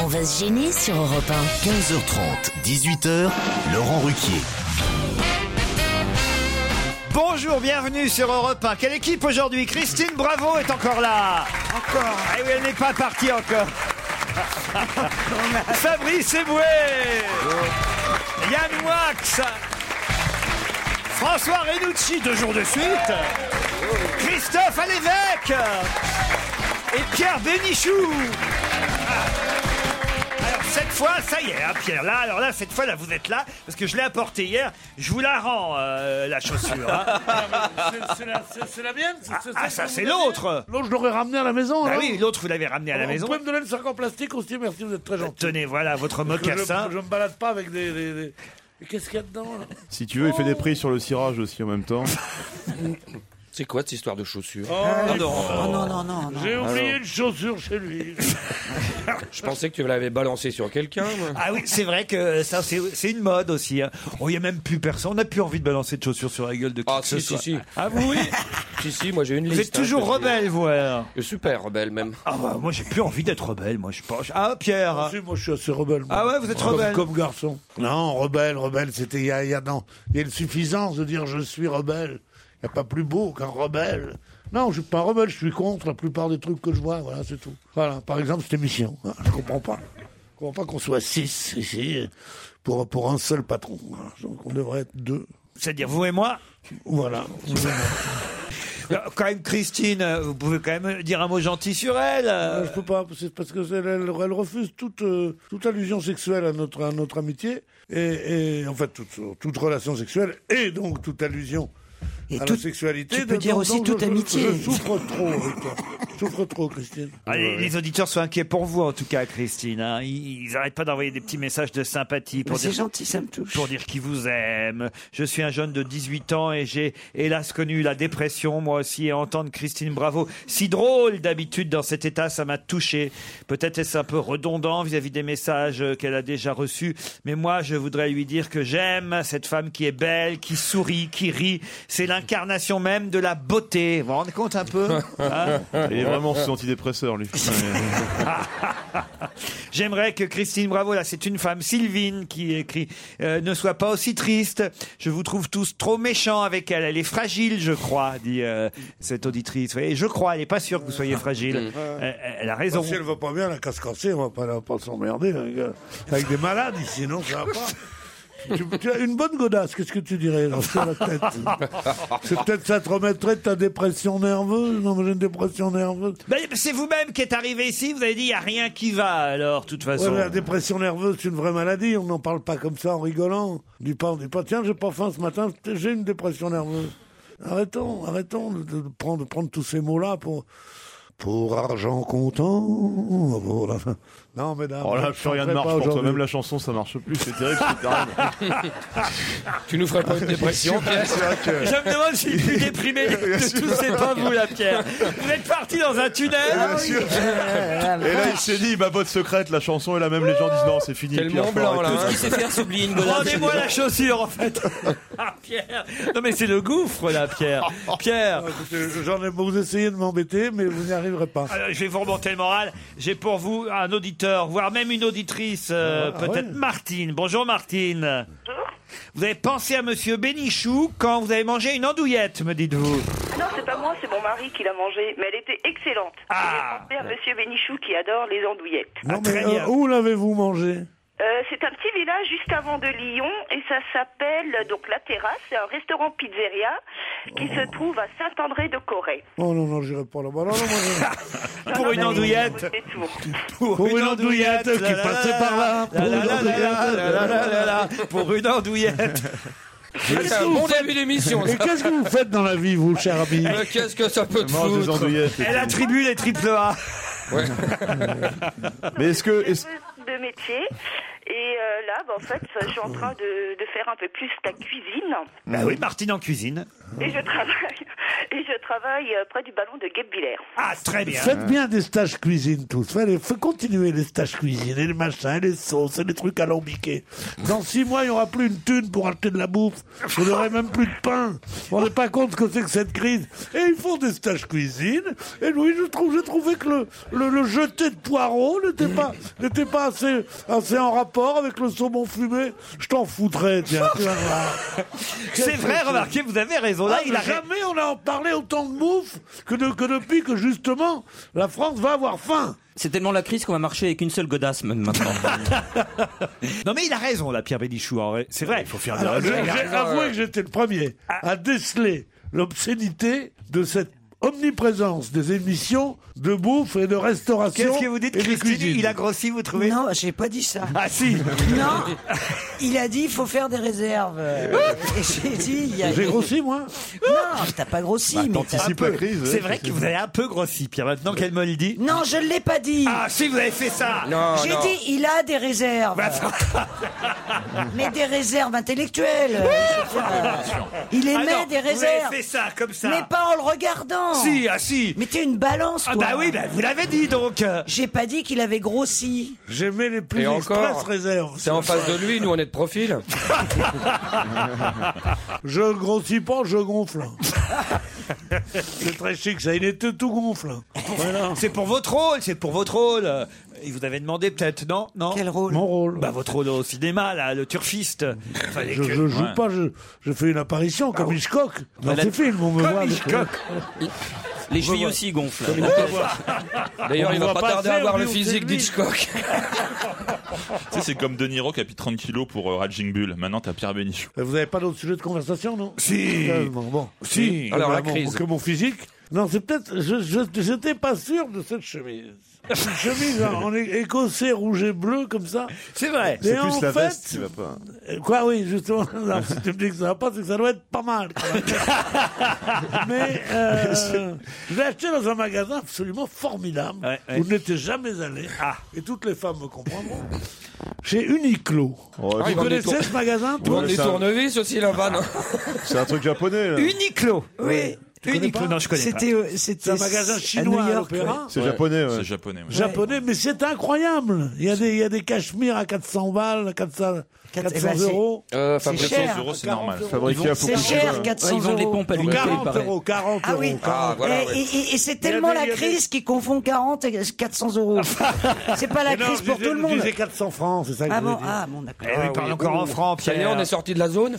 On va se gêner sur Europe 1. 15h30, 18h, Laurent Ruquier. Bonjour, bienvenue sur Europe 1. Quelle équipe aujourd'hui? Christine Bravo est encore là. Encore. Ah oui, elle n'est pas partie encore. Fabrice Eboué. Yann Wax. François Renucci, 2 jours de suite. Christophe Alévêque. Et Pierre Bénichou. Alors cette fois, ça y est, hein, Pierre. Là, cette fois, vous êtes là parce que je l'ai apporté hier. Je vous la rends, la chaussure. Hein. C'est la mienne. Ça c'est l'autre. L'autre, je l'aurais ramené à la maison. Ah oui, l'autre vous l'avez ramené à la maison. Vous pouvez me donner le sac en plastique aussi, merci, vous êtes très gentil. Tenez, voilà votre mocassin. Je me balade pas avec des... Mais qu'est-ce qu'il y a dedans là? Si tu veux, il fait des prix sur le cirage aussi en même temps. C'est quoi cette histoire de chaussures? Non. J'ai oublié une chaussure chez lui. Je pensais que tu l'avais balancé sur quelqu'un. Moi. Ah oui, c'est vrai que ça c'est une mode aussi. Hein. Oh, il y a même plus personne. On n'a plus envie de balancer de chaussures sur la gueule de qui Ah que ce soit. si. Ah oui. Si, moi j'ai une Vous liste. êtes toujours rebelle, vous. Alors. Super rebelle même. Ah bah, moi j'ai plus envie d'être rebelle. Moi je pense. Ah Pierre. Si, moi je suis assez rebelle. Moi. Ah ouais, vous êtes rebelle. Comme garçon. Non, rebelle, c'était il y a une suffisance de dire je suis rebelle. Il n'y a pas plus beau qu'un rebelle. Non, je suis pas rebelle, je suis contre la plupart des trucs que je vois, voilà, c'est tout. Voilà, par exemple, cette émission, je comprends pas. Je comprends pas qu'on soit 6 ici pour un seul patron. Voilà. Donc on devrait être 2. C'est-à-dire vous et moi. Voilà. Quand même, Christine, vous pouvez quand même dire un mot gentil sur elle. Je peux pas, c'est parce que elle refuse toute allusion sexuelle à notre amitié et en fait toute relation sexuelle et donc toute allusion à la sexualité. Tu peux dire aussi toute amitié. Je souffre trop avec toi. Je souffre trop, Christine. Allez, les auditeurs sont inquiets pour vous, en tout cas, Christine. Hein. Ils n'arrêtent pas d'envoyer des petits messages de sympathie pour C'est dire, gentil, ça me touche. pour dire qu'ils vous aiment. Je suis un jeune de 18 ans et j'ai hélas connu la dépression, moi aussi, et entendre Christine Bravo, si drôle d'habitude dans cet état, ça m'a touché. Peut-être est-ce un peu redondant vis-à-vis des messages qu'elle a déjà reçus, mais moi, je voudrais lui dire que j'aime cette femme qui est belle, qui sourit, qui rit. C'est l'incarnation même de la beauté. Vous vous rendez compte un peu hein? Il est vraiment sous antidépresseur, lui. J'aimerais que Christine Bravo, là c'est une femme, Sylvine, qui écrit ne soit pas aussi triste. Je vous trouve tous trop méchants avec elle. Elle est fragile, je crois, dit cette auditrice. Et je crois, elle n'est pas sûre que vous soyez fragile. Elle a raison. Si elle va pas bien, la casse cassée, on va pas s'emmerder avec des malades ici, non, ça va pas. Tu as une bonne godasse, qu'est-ce que tu dirais sur la tête? C'est peut-être ça te remettrait de ta dépression nerveuse. Non, mais j'ai une dépression nerveuse. Ben, c'est vous-même qui êtes arrivé ici, vous avez dit il n'y a rien qui va alors, de toute façon. Ouais, la dépression nerveuse, c'est une vraie maladie, on n'en parle pas comme ça en rigolant. On dit pas, tiens, j'ai pas faim ce matin, j'ai une dépression nerveuse. Arrêtons de prendre tous ces mots-là pour argent comptant. Non, mesdames. Oh là, plus rien ne marche pour toi. Même la chanson, ça marche plus. C'est terrible, c'est terrible. Tu nous ferais pas une dépression, Pierre? Je me demande si le plus déprimé de tous, c'est pas vous, là, Pierre. Vous êtes parti dans un tunnel. Bien sûr. Et là, il s'est dit, ma botte secrète, la chanson, et là, même les gens disent non, c'est fini. Quel Pierre, Mont faut Blanc, arrêter. là, hein. Qui sait faire s'oublier une godasse? Rendez-moi la chaussure, en fait. Ah, Pierre. Non, mais c'est le gouffre, là, Pierre. Pierre. Écoutez, vous essayez de m'embêter, mais vous n'y arriverez pas. Alors, je vais vous remonter le moral. J'ai pour vous un auditeur, voire même une auditrice, peut-être ouais. Martine. Bonjour Martine. Bonjour. Vous avez pensé à Monsieur Bénichou quand vous avez mangé une andouillette, me dites-vous. Non, c'est pas moi, c'est mon mari qui l'a mangée, mais elle était excellente. Ah. J'ai pensé à Monsieur Bénichou qui adore les andouillettes. Non, très mais bien. où l'avez-vous mangé? C'est un petit village juste avant de Lyon et ça s'appelle donc La Terrasse. C'est un restaurant pizzeria qui se trouve à Saint-André-de-Corée. Oh non, j'irai pas là-bas. Non, Pour une andouillette. C'est tout. Pour une andouillette qui passait par là. Pour une andouillette. C'est un bon début d'émission. Et qu'est-ce que vous faites dans la vie, vous, cher ami? Qu'est-ce que ça peut te Mange des foutre? andouillettes. Elle attribue les triple A. Ouais. Mais est-ce que. De métier. Et là, en fait, je suis en train de faire un peu plus la cuisine. Bah oui, Martine en cuisine. Et je travaille et je travaille près du ballon de Guebwiller. Ah, très bien. Faites bien des stages cuisine tous. Faites continuer les stages cuisine et les machins, et les sauces, et les trucs alambiqués. Dans 6 mois, il n'y aura plus une thune pour acheter de la bouffe. Vous n'aurez même plus de pain. Vous ne vous rendez pas compte ce que c'est que cette crise. Et ils font des stages cuisine. Et oui, j'ai trouvé que le jeté de poireaux n'était pas assez en rapport avec le saumon fumé. Je t'en foutrais, tiens. Tu vas voir. C'est vrai, remarquez, vous avez raison. Là, Jamais on a parlé autant de bouffe que depuis que justement la France va avoir faim. C'est tellement la crise qu'on va marcher avec une seule godasse maintenant. Non mais il a raison, là, Pierre Bénichou. C'est vrai, il faut faire des Alors, raisons. j'ai avoué que j'étais le premier à déceler l'obscénité de cette omniprésence des émissions de bouffe et de restauration. Qu'est-ce que vous dites, et de Christine? cuisine. Il a grossi, vous trouvez? Non, j'ai pas dit ça. Ah si. Non, il a dit il faut faire des réserves. Et j'ai dit. J'ai grossi, moi? Non, t'as pas grossi, mais t'as un T'anticipes la peu. crise. C'est vrai que vous avez un peu grossi, Pierre, maintenant qu'elle me le dit. Non, je l'ai pas dit. Ah si, vous avez fait ça. Non, J'ai non. dit il a des réserves. Mais des réserves intellectuelles. Il émet Ah non, des vous réserves. avez fait ça, comme ça. Mais pas en le regardant. Si, ah si. Mais t'es une balance, toi. Ah bah oui, bah, vous l'avez dit donc. J'ai pas dit qu'il avait grossi. J'aimais les plus Et express encore, réserves. C'est en face de lui, nous on est de profil. Je grossis pas, je gonfle. C'est très chic, ça. Il était tout gonfle. Voilà. C'est pour votre rôle, c'est pour votre rôle. Il vous avait demandé peut-être, non? Quel rôle? Mon rôle. Bah votre rôle au cinéma, là, le turfiste. Fallait Je que- joue pas, je fais une apparition comme Hitchcock dans ces films. On me Comme voit avec- Hitchcock. Les chevilles aussi gonflent. D'ailleurs, On il va va pas passer tarder à avoir au le Léon physique Sylvie. d'Hitchcock. Tu sais, c'est comme De Niro qui a pris 30 kilos pour Raging Bull. Maintenant, t'as Pierre Bénichou. Vous n'avez pas d'autres sujets de conversation, non? Si. Bon. Si. Alors, la Mon- crise. Que mon physique. Non, c'est peut-être. J'étais pas sûr de cette chemise. Une chemise en écossais rouge et bleu comme ça. C'est vrai. Et C'est en plus la fait, veste qui va pas. Quoi, oui, justement. Non, si tu me dis que ça va pas, c'est que ça doit être pas mal. quand même. Mais je l'ai acheté dans un magasin absolument formidable. Ouais, ouais. Où je n'étais jamais allé. Ah. Et toutes les femmes me comprendront. Chez Uniqlo. Oh, Ah, Vous ils vendent des connaissez ce magasin, Ils toi? vendent des ça- tournevis aussi là-bas, non? c'est un truc japonais. Là. Uniqlo. Oui. Uniqlo, non, je connais pas. C'est un magasin chinois à l'Opéra. C'est japonais. Ouais. C'est japonais. Ouais. Japonais, mais c'est incroyable. Il y a des cachemires à 400 balles, 400 euros. Fabrice, cher. 100 euros, c'est normal. Fabriqué à C'est Fukushima. cher, 400 Ils vendent les euros. pompes à l'unité, il 40 paraît. euros, 40 Ah oui. euros. Ah, voilà, Et- ouais. et c'est Il y a tellement des- la crise qu'ils confondent 40 et 400 euros. C'est pas la Mais non, crise pour je tout le monde. disais 400 francs, c'est ça que Ah je voulais bon, dire. ah bon, d'accord. Eh oui, parle encore en francs, Ça y est, Pierre. on est sorti de la zone.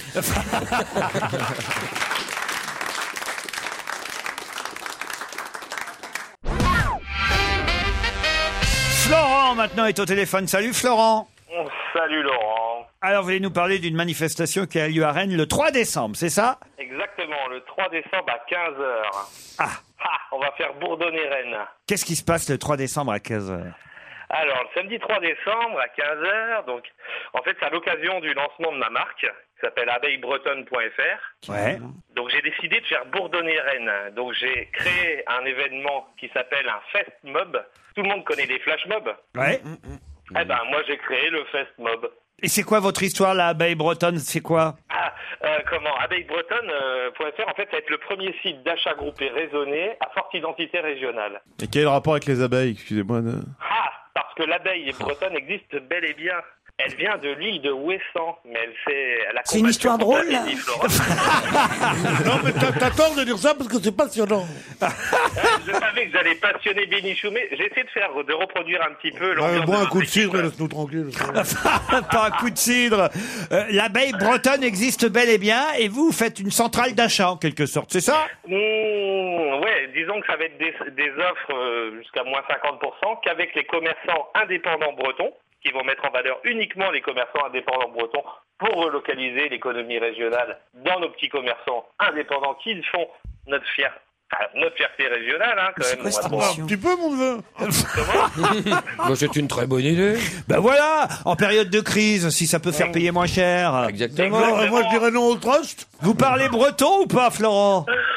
Florent, maintenant, est au téléphone. Salut, Florent. Salut Laurent. Alors, vous voulez nous parler d'une manifestation qui a lieu à Rennes le 3 décembre, c'est ça? Exactement, le 3 décembre à 15h. Ah, On va faire bourdonner Rennes. qu'est-ce qui se passe le 3 décembre à 15h? Alors, le samedi 3 décembre à 15h, donc, en fait, c'est à l'occasion du lancement de ma marque, qui s'appelle abeillebretonne.fr. Ouais. Donc, j'ai décidé de faire bourdonner Rennes. Donc, j'ai créé un événement qui s'appelle un Fest Mob. Tout le monde connaît les flash mobs. Ouais. Eh ben, moi, j'ai créé le Fest Mob. Et c'est quoi votre histoire, la abeille bretonne? C'est quoi? Abeillebretonne.fr, en fait, ça va être le premier site d'achat groupé raisonné à forte identité régionale. Et quel est le rapport avec les abeilles? Excusez-moi. Parce que l'abeille bretonne existe bel et bien. Elle vient de l'île de Ouessant, mais elle a C'est une histoire drôle, là. Non, mais t'as tort de dire ça parce que c'est passionnant. Je savais que j'allais passionner Bénichou, mais j'ai essayé de reproduire un petit peu l'ambiance. Bois un de coup de notre équipe. cidre et laisse-nous tranquille. Pas un coup de cidre. L'abeille bretonne existe bel et bien, et vous faites une centrale d'achat, en quelque sorte, c'est ça? Ouais, disons que ça va être des offres jusqu'à moins 50%, qu'avec les commerçants indépendants bretons, qui vont mettre en valeur uniquement les commerçants indépendants bretons pour relocaliser l'économie régionale dans nos petits commerçants indépendants qui font notre fierté régionale, hein, quand C'est même. quoi cette on va émission Un petit peu, mon neveu. Bah, c'est une très bonne idée. Ben voilà, en période de crise, si ça peut faire payer moins cher. Exactement. Moi, je dirais non au trust. Vous parlez breton ou pas, Florent?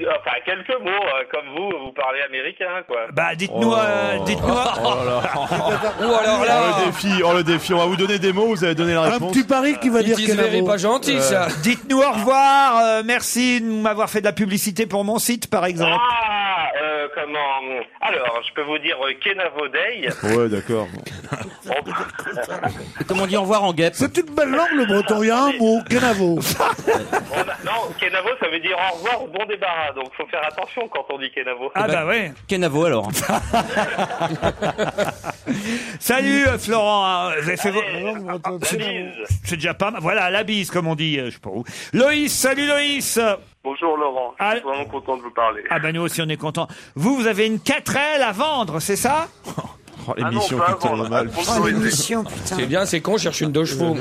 Enfin, quelques mots, comme vous parlez américain, quoi. Bah, dites-nous. Dites-moi. Ou alors là, le défi, on va vous donner des mots, vous allez donner la Un réponse. petit pari qui va dire It is very Kenavo. pas gentil, ça. Dites-nous au revoir. Merci de m'avoir fait de la publicité pour mon site, par exemple. Comment... Alors, je peux vous dire Kenavo Day. Ouais, d'accord. Comment on dit au revoir en guêpe? C'est une belle langue, le breton. Il y a un mot, Kenavo. Non, Kenavo, ça veut dire au revoir ou bon débarras. Donc, faut faire attention quand on dit Kenavo. Ah bah ouais. Kenavo alors. Salut Florent. Vous avez fait La bise. C'est déjà pas mal. Voilà, la bise, comme on dit. Je sais pas où. Loïs, salut Loïs. Bonjour Laurent, je suis vraiment content de vous parler. Ah bah nous aussi on est contents. Vous avez une 4L à vendre, c'est ça? Oh, l'émission qui tourne mal. L'émission, putain. C'est bien, c'est con, je cherche une 2 chevaux.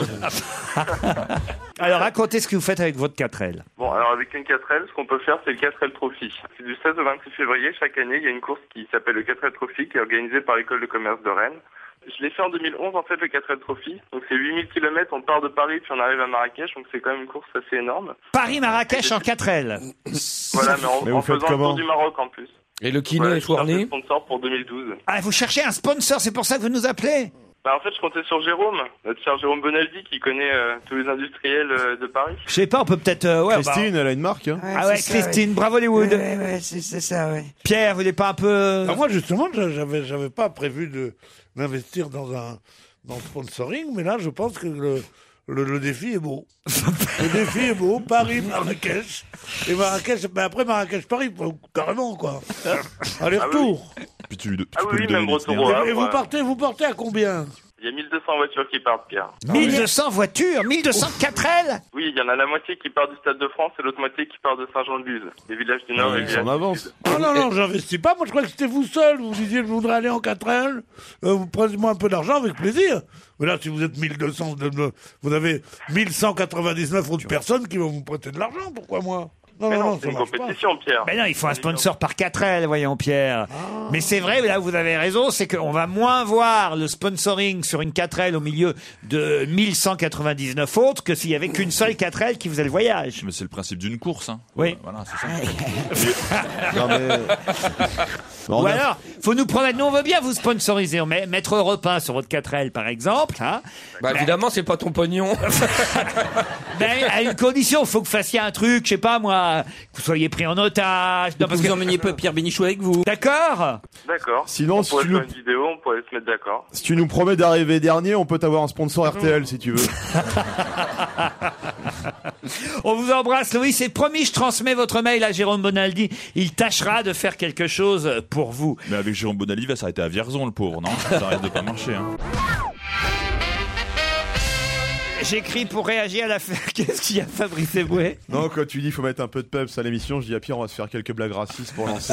Alors racontez ce que vous faites avec votre 4L. Bon, alors avec une 4L, ce qu'on peut faire, c'est le 4L Trophy. C'est du 16 au 26 février, chaque année, il y a une course qui s'appelle le 4L Trophy, qui est organisée par l'école de commerce de Rennes. Je l'ai fait en 2011, en fait, le 4L Trophy. Donc c'est 8000 km, on part de Paris, puis on arrive à Marrakech, donc c'est quand même une course assez énorme. Paris-Marrakech en 4L. Voilà, mais en vous faites faisant le comment tour du Maroc en plus. Et le kiné Voilà, est je cherche fourni. un sponsor pour 2012. Ah, vous cherchez un sponsor, c'est pour ça que vous nous appelez? Bah, en fait, je comptais sur Jérôme, notre cher Jérôme Bonaldi, qui connaît tous les industriels de Paris. Je sais pas, on peut peut-être... Christine, elle a une marque. Hein. Ah ouais, c'est ça, Christine, bravo Hollywood. Ouais, c'est ça, ouais. Pierre, vous voulez pas un peu... Ah, moi, justement, j'avais pas prévu d'investir dans le sponsoring, mais là, je pense que le défi est beau. Le défi est beau. Paris, Marrakech. Et Marrakech, mais après Marrakech-Paris, carrément, quoi. Aller-retour. Puis tu Ah peux oui, lui donner même des retour. itinéraires. Et vous partez à combien? Il y a 1200 voitures qui partent, Pierre. 1200 voitures, 1200 4L. Oui, il y en a la moitié qui part du Stade de France et l'autre moitié qui part de Saint-Jean-de-Luz. Les villages du Nord et les Ils villages en du avance. Sud. Oh non, j'investis pas. Moi, je crois que c'était vous seul. Vous disiez, je voudrais aller en 4L. Vous prenez-moi un peu d'argent avec plaisir. Mais là, si vous êtes 1200, vous avez 1199 autres personnes qui vont vous prêter de l'argent. Pourquoi moi? Mais non, c'est ça une marche pas. compétition, Pierre. Mais non, il faut un sponsor par 4L, voyons Pierre. Mais c'est vrai, là où vous avez raison, c'est qu'on va moins voir le sponsoring sur une 4L au milieu de 1199 autres que s'il y avait qu'une seule 4L qui faisait le voyage. Mais c'est le principe d'une course. Hein. Oui. Voilà, c'est ça. Non, mais... Ou alors, faut nous promettre, nous on veut bien vous sponsoriser, on met mettre Europe 1 sur votre 4L par exemple, hein. Bah évidemment, c'est pas ton pognon. Mais à une condition, il faut que vous fassiez un truc, je sais pas moi, que vous soyez pris en otage. Non, parce Vous que... emmeniez pas Pierre Bénichou avec vous. D'accord. D'accord. Sinon, on si pourrait tu faire nous- une vidéo, on pourrait se mettre d'accord. Si tu nous promets d'arriver dernier, on peut t'avoir un sponsor RTL si tu veux. On vous embrasse, Louis. C'est promis, je transmets votre mail à Jérôme Bonaldi. Il tâchera de faire quelque chose pour vous. Mais avec Jérôme Bonaldi, il va s'arrêter à Vierzon, le pauvre, non? Ça risque de pas marcher. Hein. J'écris pour réagir à l'affaire. Qu'est-ce qu'il y a, Fabrice Eboué? Non, quand tu dis faut mettre un peu de peps à l'émission, je dis à Pierre, on va se faire quelques blagues racistes pour lancer.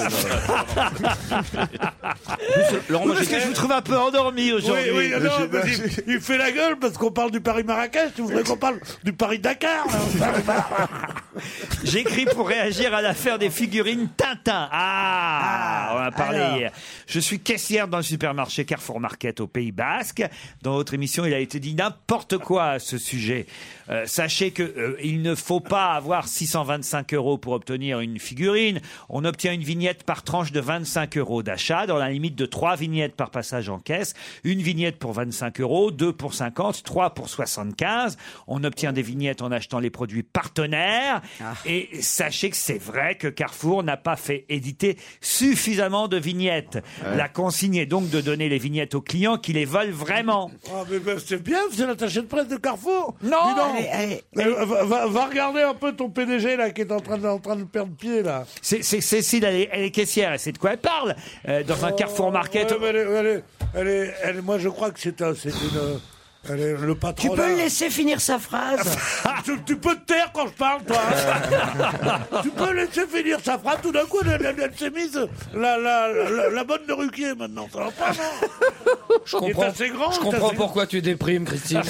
Laurent, moi, Parce que je vous trouve un peu endormi aujourd'hui. Oui, non, il fait la gueule parce qu'on parle du Paris-Marrakech. Tu voudrais qu'on parle du Paris-Dakar, là. J'écris pour réagir à l'affaire des figurines Tintin. On en a parlé alors. hier. Je suis caissière dans le supermarché Carrefour Market au Pays Basque. Dans votre émission, il a été dit n'importe quoi à ce sujet. Sachez que il ne faut pas avoir 625 € pour obtenir une figurine. On obtient une vignette par tranche de 25 € d'achat, dans la limite de 3 vignettes par passage en caisse. Une vignette pour 25 €, 2 pour 50, 3 pour 75. On obtient des vignettes en achetant les produits partenaires. Et sachez que c'est vrai que Carrefour n'a pas fait éditer suffisamment de vignettes. La consigne est donc de donner les vignettes aux clients qui les veulent vraiment. Ah, mais c'est bien, c'est l'attaché de presse de Carrefour. Non. Dis donc. Allez. Va regarder un peu ton PDG, là, qui est en train de perdre pied, là. C'est Cécile, elle est caissière, elle sait de quoi elle parle. Dans un Carrefour Market. Ouais, mais moi, je crois que c'est le patron. Tu peux le laisser finir sa phrase? Tu peux te taire quand je parle, toi. Tu peux laisser finir sa phrase. Tout d'un coup, elle s'est mise la bonne de Ruquier, maintenant. Ça va pas, non? Je comprends, assez grand, je il est comprends assez- pourquoi tu déprimes, Christine.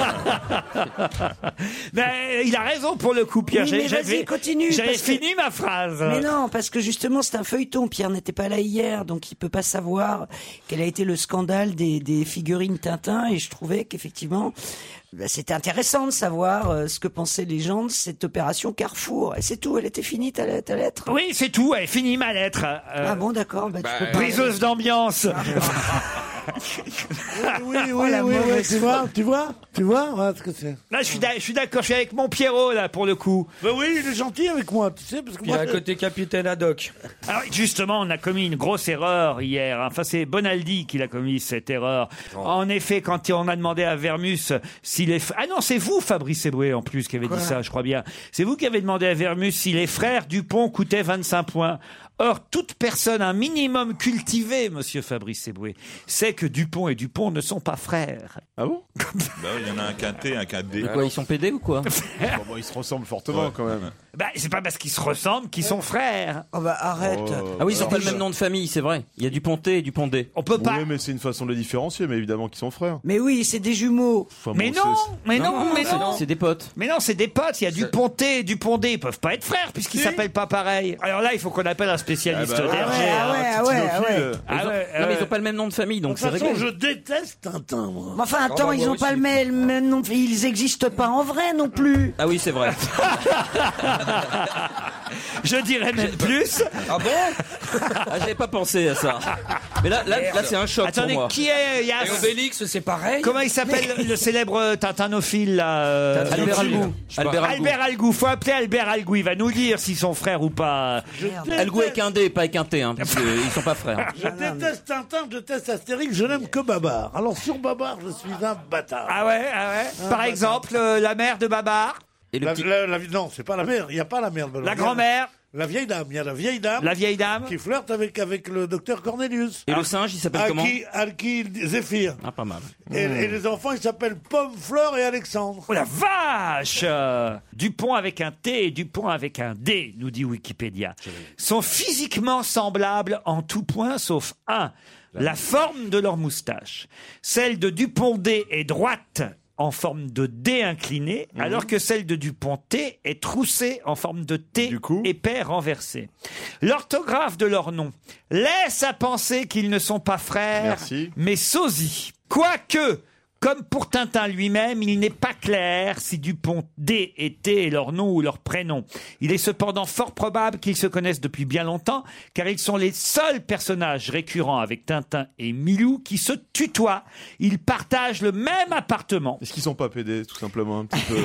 Mais il a raison pour le coup, Pierre. Oui, mais vas-y, continue, J'avais parce que- fini ma phrase. Mais non, parce que justement, c'est un feuilleton. Pierre n'était pas là hier, donc il peut pas savoir quel a été le scandale des figurines Tintin. Et je trouvais qu'effectivement, effectivement, c'était intéressant de savoir ce que pensaient les gens de cette opération Carrefour. Et c'est tout, elle était finie ta lettre. Oui, c'est tout, elle est finie ma lettre. Ah bon, d'accord. Tu peux pas... Briseuse d'ambiance. Oui, tu vois, voilà ce que c'est. Là, je suis d'accord, je suis avec mon Pierrot, là, pour le coup. Ben oui, il est gentil avec moi, tu sais, parce que Il moi... a un côté capitaine Haddock. Alors, justement, on a commis une grosse erreur hier. Enfin, c'est Bonaldi qui l'a commis, cette erreur. En effet, quand on a demandé à Vermus s'il est... Ah non, c'est vous, Fabrice Eboué, en plus, qui avez dit ça, je crois bien. C'est vous qui avez demandé à Vermus si les frères Dupont coûtaient 25 points. Or, toute personne un minimum cultivée, monsieur Fabrice Eboué, sait que Dupont et Dupont ne sont pas frères. Ah bon? Bah, il y en a un quinté, un quinté. De quoi, ils sont pédés ou quoi? Bon, ils se ressemblent fortement quand même. Bah, c'est pas parce qu'ils se ressemblent qu'ils sont frères. Oh bah arrête. Ah oui, ils ont pas le même nom de famille, c'est vrai. Il y a Duponté et Dupondé. On peut pas. Oui, mais c'est une façon de les différencier, mais évidemment qu'ils sont frères. Mais oui, c'est des jumeaux. Enfin, Mais bon, non, mais non. C'est des potes. Mais non, c'est des potes. Il y a Duponté et Dupondé. Ils peuvent pas être frères puisqu'ils s'appellent pas pareil. Alors là, il faut qu'on appelle un spécialiste Ah bah ouais. d'Hergé. Non, mais ils ont pas le même nom de famille, De donc toute c'est façon, réglé. je déteste Tintin, moi. Mais enfin, attends, ils ont pas le même nom. Ils existent pas en vrai non plus. Ah oui, c'est vrai. Je dirais même plus. Ah bon? Ah, j'avais pas pensé à ça. Mais là c'est un choc Attendez, pour moi. qui est Et Obélix, c'est pareil? Comment il s'appelle le célèbre tintinophile là Albert Algou. Albert Algou. Faut appeler Albert Algou. Il va nous dire s'ils sont frères ou pas. Algou avec un D, pas avec un T, hein, parce qu'ils sont pas frères. Je déteste Tintin, je déteste Astérix, je n'aime que Babar. Alors sur Babar, je suis un bâtard. Ah ouais. Par exemple, la mère de Babar, Et le petit... Non, c'est pas la mère, il n'y a pas la mère. la grand-mère, La vieille dame, il y a la vieille dame. la vieille dame. Qui flirte avec le docteur Cornelius. Et le singe, il s'appelle comment? Alki Zéphyr. Ah, pas mal. Et les enfants, ils s'appellent Pomme, Fleur et Alexandre. Oh la vache! Dupont avec un T et Dupont avec un D, nous dit Wikipédia, sont physiquement semblables en tout point sauf un, la forme de leur moustache. Celle de Dupont-D est droite en forme de D incliné, alors que celle de Dupont-T est troussée en forme de T épais renversé. L'orthographe de leur nom laisse à penser qu'ils ne sont pas frères, mais sosies. Quoique, comme pour Tintin lui-même, il n'est pas clair si Dupont-D et T est leur nom ou leur prénom. Il est cependant fort probable qu'ils se connaissent depuis bien longtemps, car ils sont les seuls personnages récurrents avec Tintin et Milou qui se tutoient. Ils partagent le même appartement. Est-ce qu'ils sont pas pédés, tout simplement, un petit peu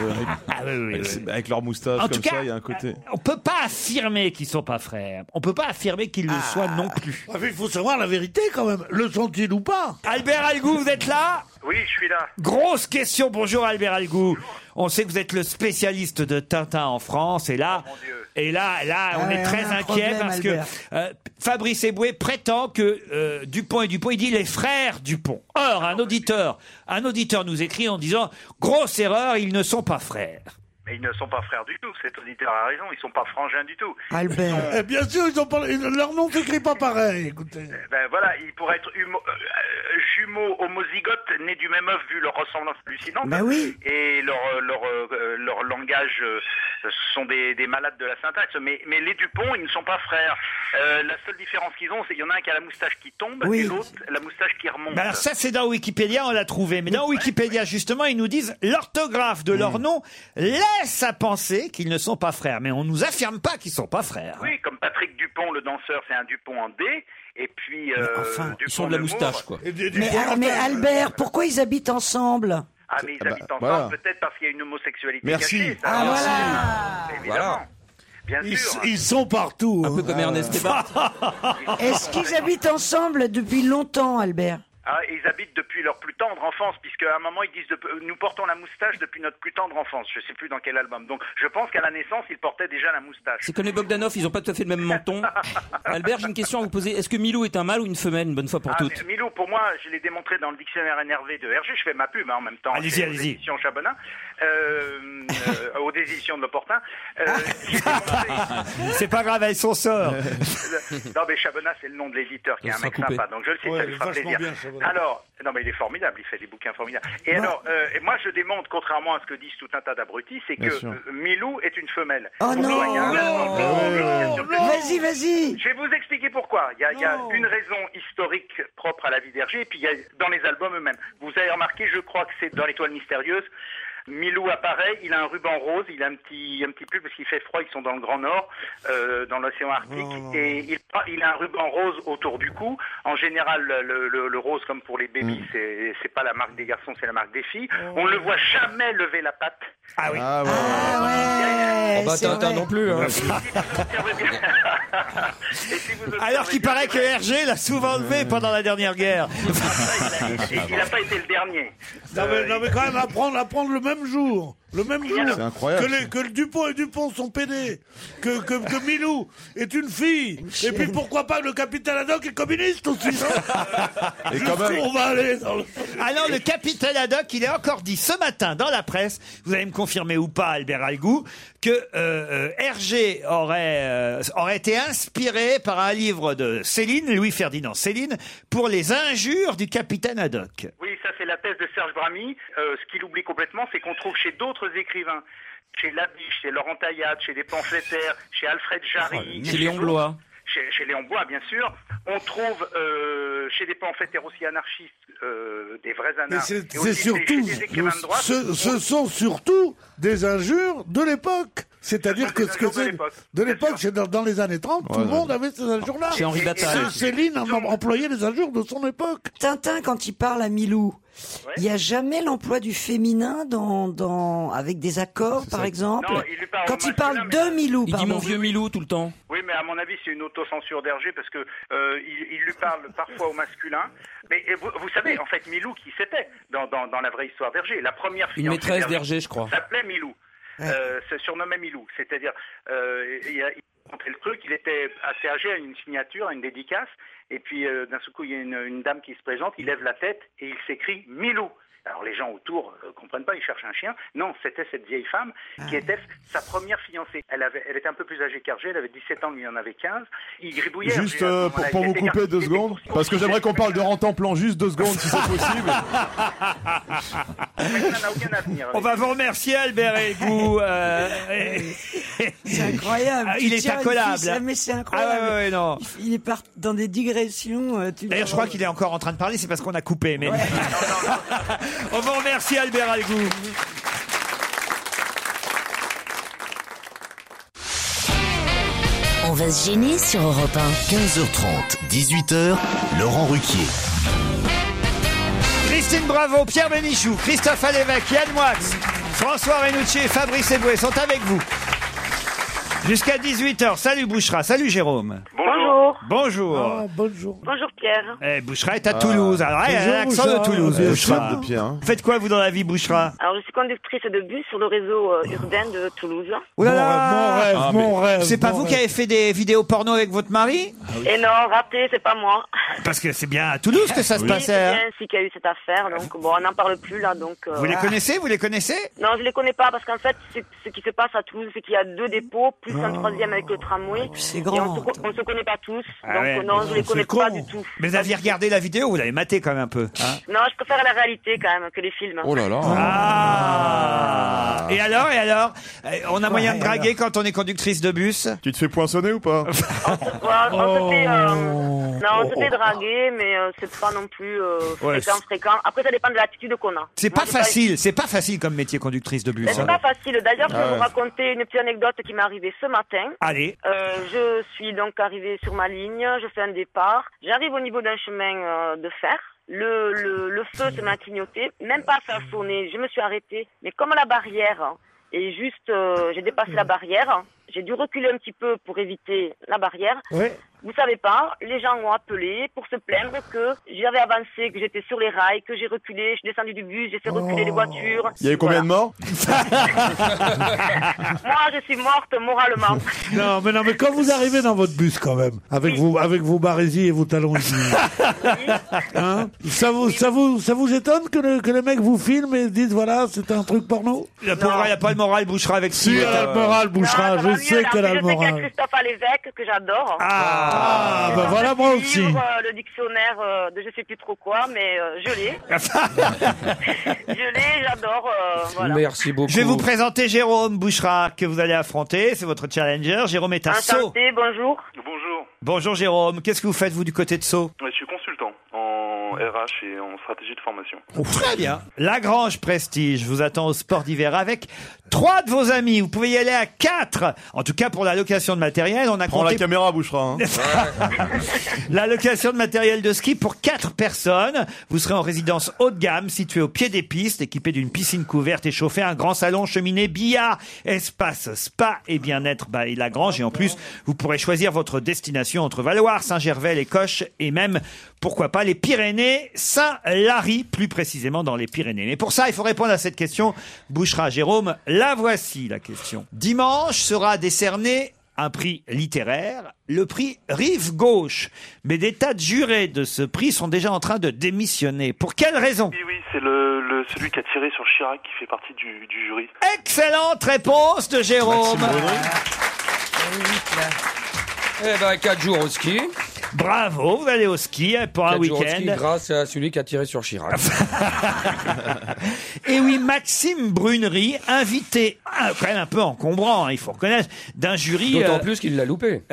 avec leur moustache En comme tout cas, ça, il y a un côté. On peut pas affirmer qu'ils sont pas frères. On peut pas affirmer qu'ils le soient non plus. Il faut savoir la vérité quand même. Le sont-ils ou pas? Albert Algou, vous êtes là? Oui, je suis là. Grosse question. Bonjour Albert Algou. On sait que vous êtes le spécialiste de Tintin en France et là, on est très inquiet parce que Fabrice Eboué prétend que Dupont et Dupont, il dit les frères Dupont. Or, un auditeur nous écrit en disant grosse erreur, ils ne sont pas frères. Mais ils ne sont pas frères du tout. Cet auditeur a raison. Ils sont pas frangins du tout. Albert. Bien sûr, ils ont pas, leur nom s'écrit pas pareil. Écoutez. Ben voilà, ils pourraient être jumeaux homozygotes nés du même œuf vu leur ressemblance hallucinante. Ben oui. Et leur langage sont des malades de la syntaxe. Mais les Dupont, ils ne sont pas frères. La seule différence qu'ils ont, c'est qu'il y en a un qui a la moustache qui tombe et l'autre la moustache qui remonte. Ben alors ça, c'est dans Wikipédia, on l'a trouvé. Mais dans Wikipédia, justement, ils nous disent l'orthographe de leur nom laisse à penser qu'ils ne sont pas frères. Mais on nous affirme pas qu'ils sont pas frères. Oui, comme Patrick Dupont, le danseur, c'est un Dupont en D. Et puis, enfin, ils sont de la moustache, quoi. Mais Albert, pourquoi ils habitent ensemble? Ah, mais ils habitent ensemble, peut-être parce qu'il y a une homosexualité cachée. Ça. Ah, voilà. Évidemment. Bien sûr. Ils sont partout. Un peu comme Ernest Hébert. Est-ce qu'ils habitent ensemble depuis longtemps, Albert? Ah, ils habitent depuis leur plus tendre enfance, puisque à un moment ils disent nous portons la moustache depuis notre plus tendre enfance. Je sais plus dans quel album. Donc je pense qu'à la naissance ils portaient déjà la moustache. C'est comme les Bogdanov, ils ont pas tout à fait le même menton. Albert, j'ai une question à vous poser. Est-ce que Milou est un mâle ou une femelle, une bonne fois pour toutes? Milou, pour moi, je l'ai démontré dans le dictionnaire NRV de Hergé. Je fais ma pub en même temps. Allez-y. Aux éditions Chabonin, aux éditions de L'Opportun. C'est pas grave, elles sont sœurs. Non, mais Chabonin, c'est le nom de l'éditeur qui est un mec sympa. Donc je le sais, ça lui fera plaisir. Alors, non mais il est formidable, il fait des bouquins formidables. Et alors, moi je démontre, contrairement à ce que disent tout un tas d'abrutis, c'est que Milou est une femelle. Oh non, Vas-y. Je vais vous expliquer pourquoi. Il y a une raison historique propre à la vie d'Hergé, et puis il y a dans les albums eux-mêmes. Vous avez remarqué, je crois que c'est dans l'Étoile mystérieuse, Milou apparaît, il a un ruban rose, il a un petit pull parce qu'il fait froid, ils sont dans le Grand Nord, dans l'océan Arctique, et il a un ruban rose autour du cou. En général, le rose, comme pour les bébés, c'est pas la marque des garçons, c'est la marque des filles. On ne le voit jamais lever la patte. Ah oui. Tintin non plus. Hein. Alors qu'il paraît que Hergé l'a souvent levé pendant la dernière guerre. Il n'a pas été le dernier. Non mais quand même apprendre le même jour. Le même jour. C'est incroyable. Que le Dupont et Dupont sont pédés. Que Milou est une fille. Et puis pourquoi pas le capitaine Haddock est communiste aussi, non? Et quand même. On va aller dans le... Alors le capitaine Haddock, il est encore dit ce matin dans la presse, vous allez me confirmer ou pas, Albert Algou, que Hergé aurait été inspiré par un livre de Céline, Louis-Ferdinand Céline, pour les injures du capitaine Haddock. Oui, ça c'est la thèse de Serge Bramy. Ce qu'il oublie complètement, c'est qu'on trouve chez d'autres écrivains, chez Labiche, chez Laurent Taillat, chez des pamphlétaires, chez Alfred Jarry, Chez Léon Blois. Chez Léon Blois, bien sûr. On trouve chez des pamphlétaires aussi anarchistes des vrais anarchistes. Mais c'est surtout, des écrivains de droite. ce sont surtout des injures de l'époque. C'est-à-dire que ce que c'est de l'époque, c'est dans les années 30, tout le monde avait ces injures-là. Chez Henri Bataille. Céline employait les injures de son époque. Tintin, quand il parle à Milou, il n'y a jamais l'emploi du féminin avec des accords, par exemple. Non, il lui parle quand au il parle masculin, de Milou, Il dit mon vieux Milou tout le temps. Oui, mais à mon avis, c'est une autocensure d'Hergé parce que il lui parle parfois au masculin. Mais vous savez, en fait, Milou, qui c'était dans la vraie histoire d'Hergé, la première Une maîtresse d'Hergé, je crois. S'appelait Milou. Se surnommait Milou. C'est-à-dire, il a montré le truc, il était assez âgé à une signature, à une dédicace, et puis d'un seul coup, il y a une dame qui se présente, il lève la tête et il s'écrie Milou. Alors les gens autour comprennent pas, ils cherchent un chien. Non, c'était cette vieille femme qui était sa première fiancée. Elle était un peu plus âgée qu'Hergé, elle avait 17 ans, lui en avait 15. Il gribouillait. Juste pour vous couper 2 secondes, parce que j'aimerais qu'on parle de Rantanplan juste 2 secondes si c'est possible. Ça n'a aucun avenir. On va vous remercier, Albert Algou. C'est incroyable. Il est incollable. Mais c'est incroyable. Ouais, non. Il part dans des digressions. D'ailleurs, je crois qu'il est encore en train de parler, c'est parce qu'on a coupé. Mais... On vous remercie, Albert Algou. On va se gêner sur Europe 1. 15h30, 18h, Laurent Ruquier. Christine Bravo, Pierre Bénichou, Christophe Alévèque, Yann Moix, François Renucci et Fabrice Eboué sont avec vous. Jusqu'à 18h. Salut Bouchra, salut Jérôme. Bonjour. Bonjour. Ah, bonjour. Bonjour Pierre. Bouchra est à Toulouse. Alors, elle a l'accent de Toulouse, Bouchra. Vous faites quoi, vous, dans la vie, Bouchra? Alors, je suis conductrice de bus sur le réseau urbain de Toulouse. Oh là là. Mon rêve. C'est pas vous qui avez fait des vidéos porno avec votre mari? Et non, raté, c'est pas moi. Parce que c'est bien à Toulouse que ça se Oui, passait. c'est Hein. bien ainsi qu'il y a eu cette affaire. Donc, bon, on n'en parle plus, là. Donc, Vous les connaissez? Vous les connaissez? Non, je les connais pas parce qu'en fait, ce qui se passe à Toulouse, c'est qu'il y a 2 dépôts, plus un 3e avec le tramway. C'est Et grand. on se connaît pas tous. Ah Donc, ouais. non, je les connais pas du tout. Mais vous aviez regardé la vidéo, vous l'avez maté quand même un peu. Hein? Non, je préfère la réalité quand même que les films. Oh là là. Ah. Et alors on a moyen de draguer quand on est conductrice de bus? Tu te fais poinçonner ou pas? On se fait draguer, mais c'est pas non plus fréquent. Après, ça dépend de l'attitude qu'on a. C'est pas facile comme métier conductrice de bus. Mais c'est pas facile. D'ailleurs, je vais vous raconter une petite anecdote qui m'est arrivée ce matin. Allez. Je suis donc arrivée sur ma ligne, je fais un départ. J'arrive au niveau d'un chemin de fer. Le feu se m'a clignoté, même pas faire sonner. Je me suis arrêtée. Mais comme la barrière est juste, j'ai dépassé la barrière, j'ai dû reculer un petit peu pour éviter la barrière. Ouais. Vous savez pas, les gens m'ont appelé pour se plaindre que j'avais avancé, que j'étais sur les rails, que j'ai reculé, je suis descendu du bus, j'ai fait reculer les voitures. Il y avait combien de morts? Moi, je suis morte moralement. Non, mais quand vous arrivez dans votre bus, quand même, avec vos barésies et vos talons aiguilles, hein, ça vous étonne que le mec vous filme et dise, voilà, c'est un truc porno? La pauvre, elle a pas le moral, Bouchra avec Si, elle a le moral, Bouchra, je sais qu'elle a le Je sais qu'il y a moral. Christophe Alévèque, que j'adore. Ah, Ah, ben voilà, moi aussi. Le dictionnaire de je sais plus trop quoi, mais je l'ai. Je l'ai, j'adore. Voilà. Merci beaucoup. Je vais vous présenter Jérôme Bouchra que vous allez affronter. C'est votre challenger. Jérôme est à Sceaux. Enchanté, bonjour. Bonjour. Bonjour Jérôme. Qu'est-ce que vous faites vous du côté de Sceaux? Je suis consultant en RH et en stratégie de formation. Très bien. Lagrange Prestige vous attend au sport d'hiver avec 3 de vos amis. Vous pouvez y aller à 4. En tout cas, pour la location de matériel, on a Prends compté... la caméra, Bouchra. Hein. La location de matériel de ski pour 4 personnes. Vous serez en résidence haut de gamme, située au pied des pistes, équipée d'une piscine couverte et chauffée, un grand salon, cheminée, billard, espace spa et bien-être by Lagrange. Et en plus, vous pourrez choisir votre destination entre Valloire, Saint-Gervais, les Coches et même, pourquoi pas, les Pyrénées, Saint-Lary, plus précisément dans les Pyrénées. Mais pour ça, il faut répondre à cette question. Bouchra, Jérôme, la voici la question. Dimanche sera décerné un prix littéraire, le prix Rive Gauche. Mais des tas de jurés de ce prix sont déjà en train de démissionner. Pour quelle raison? Oui, c'est celui qui a tiré sur Chirac qui fait partie du jury. Excellente réponse de Jérôme. Eh ben, 4 jours au ski. Bravo, vous allez au ski pour un 4 jours au ski week-end. grâce à celui qui a tiré sur Chirac. Et oui, Maxime Brunery, invité, quand même un peu encombrant, il faut reconnaître, d'un jury... D'autant plus qu'il l'a loupé.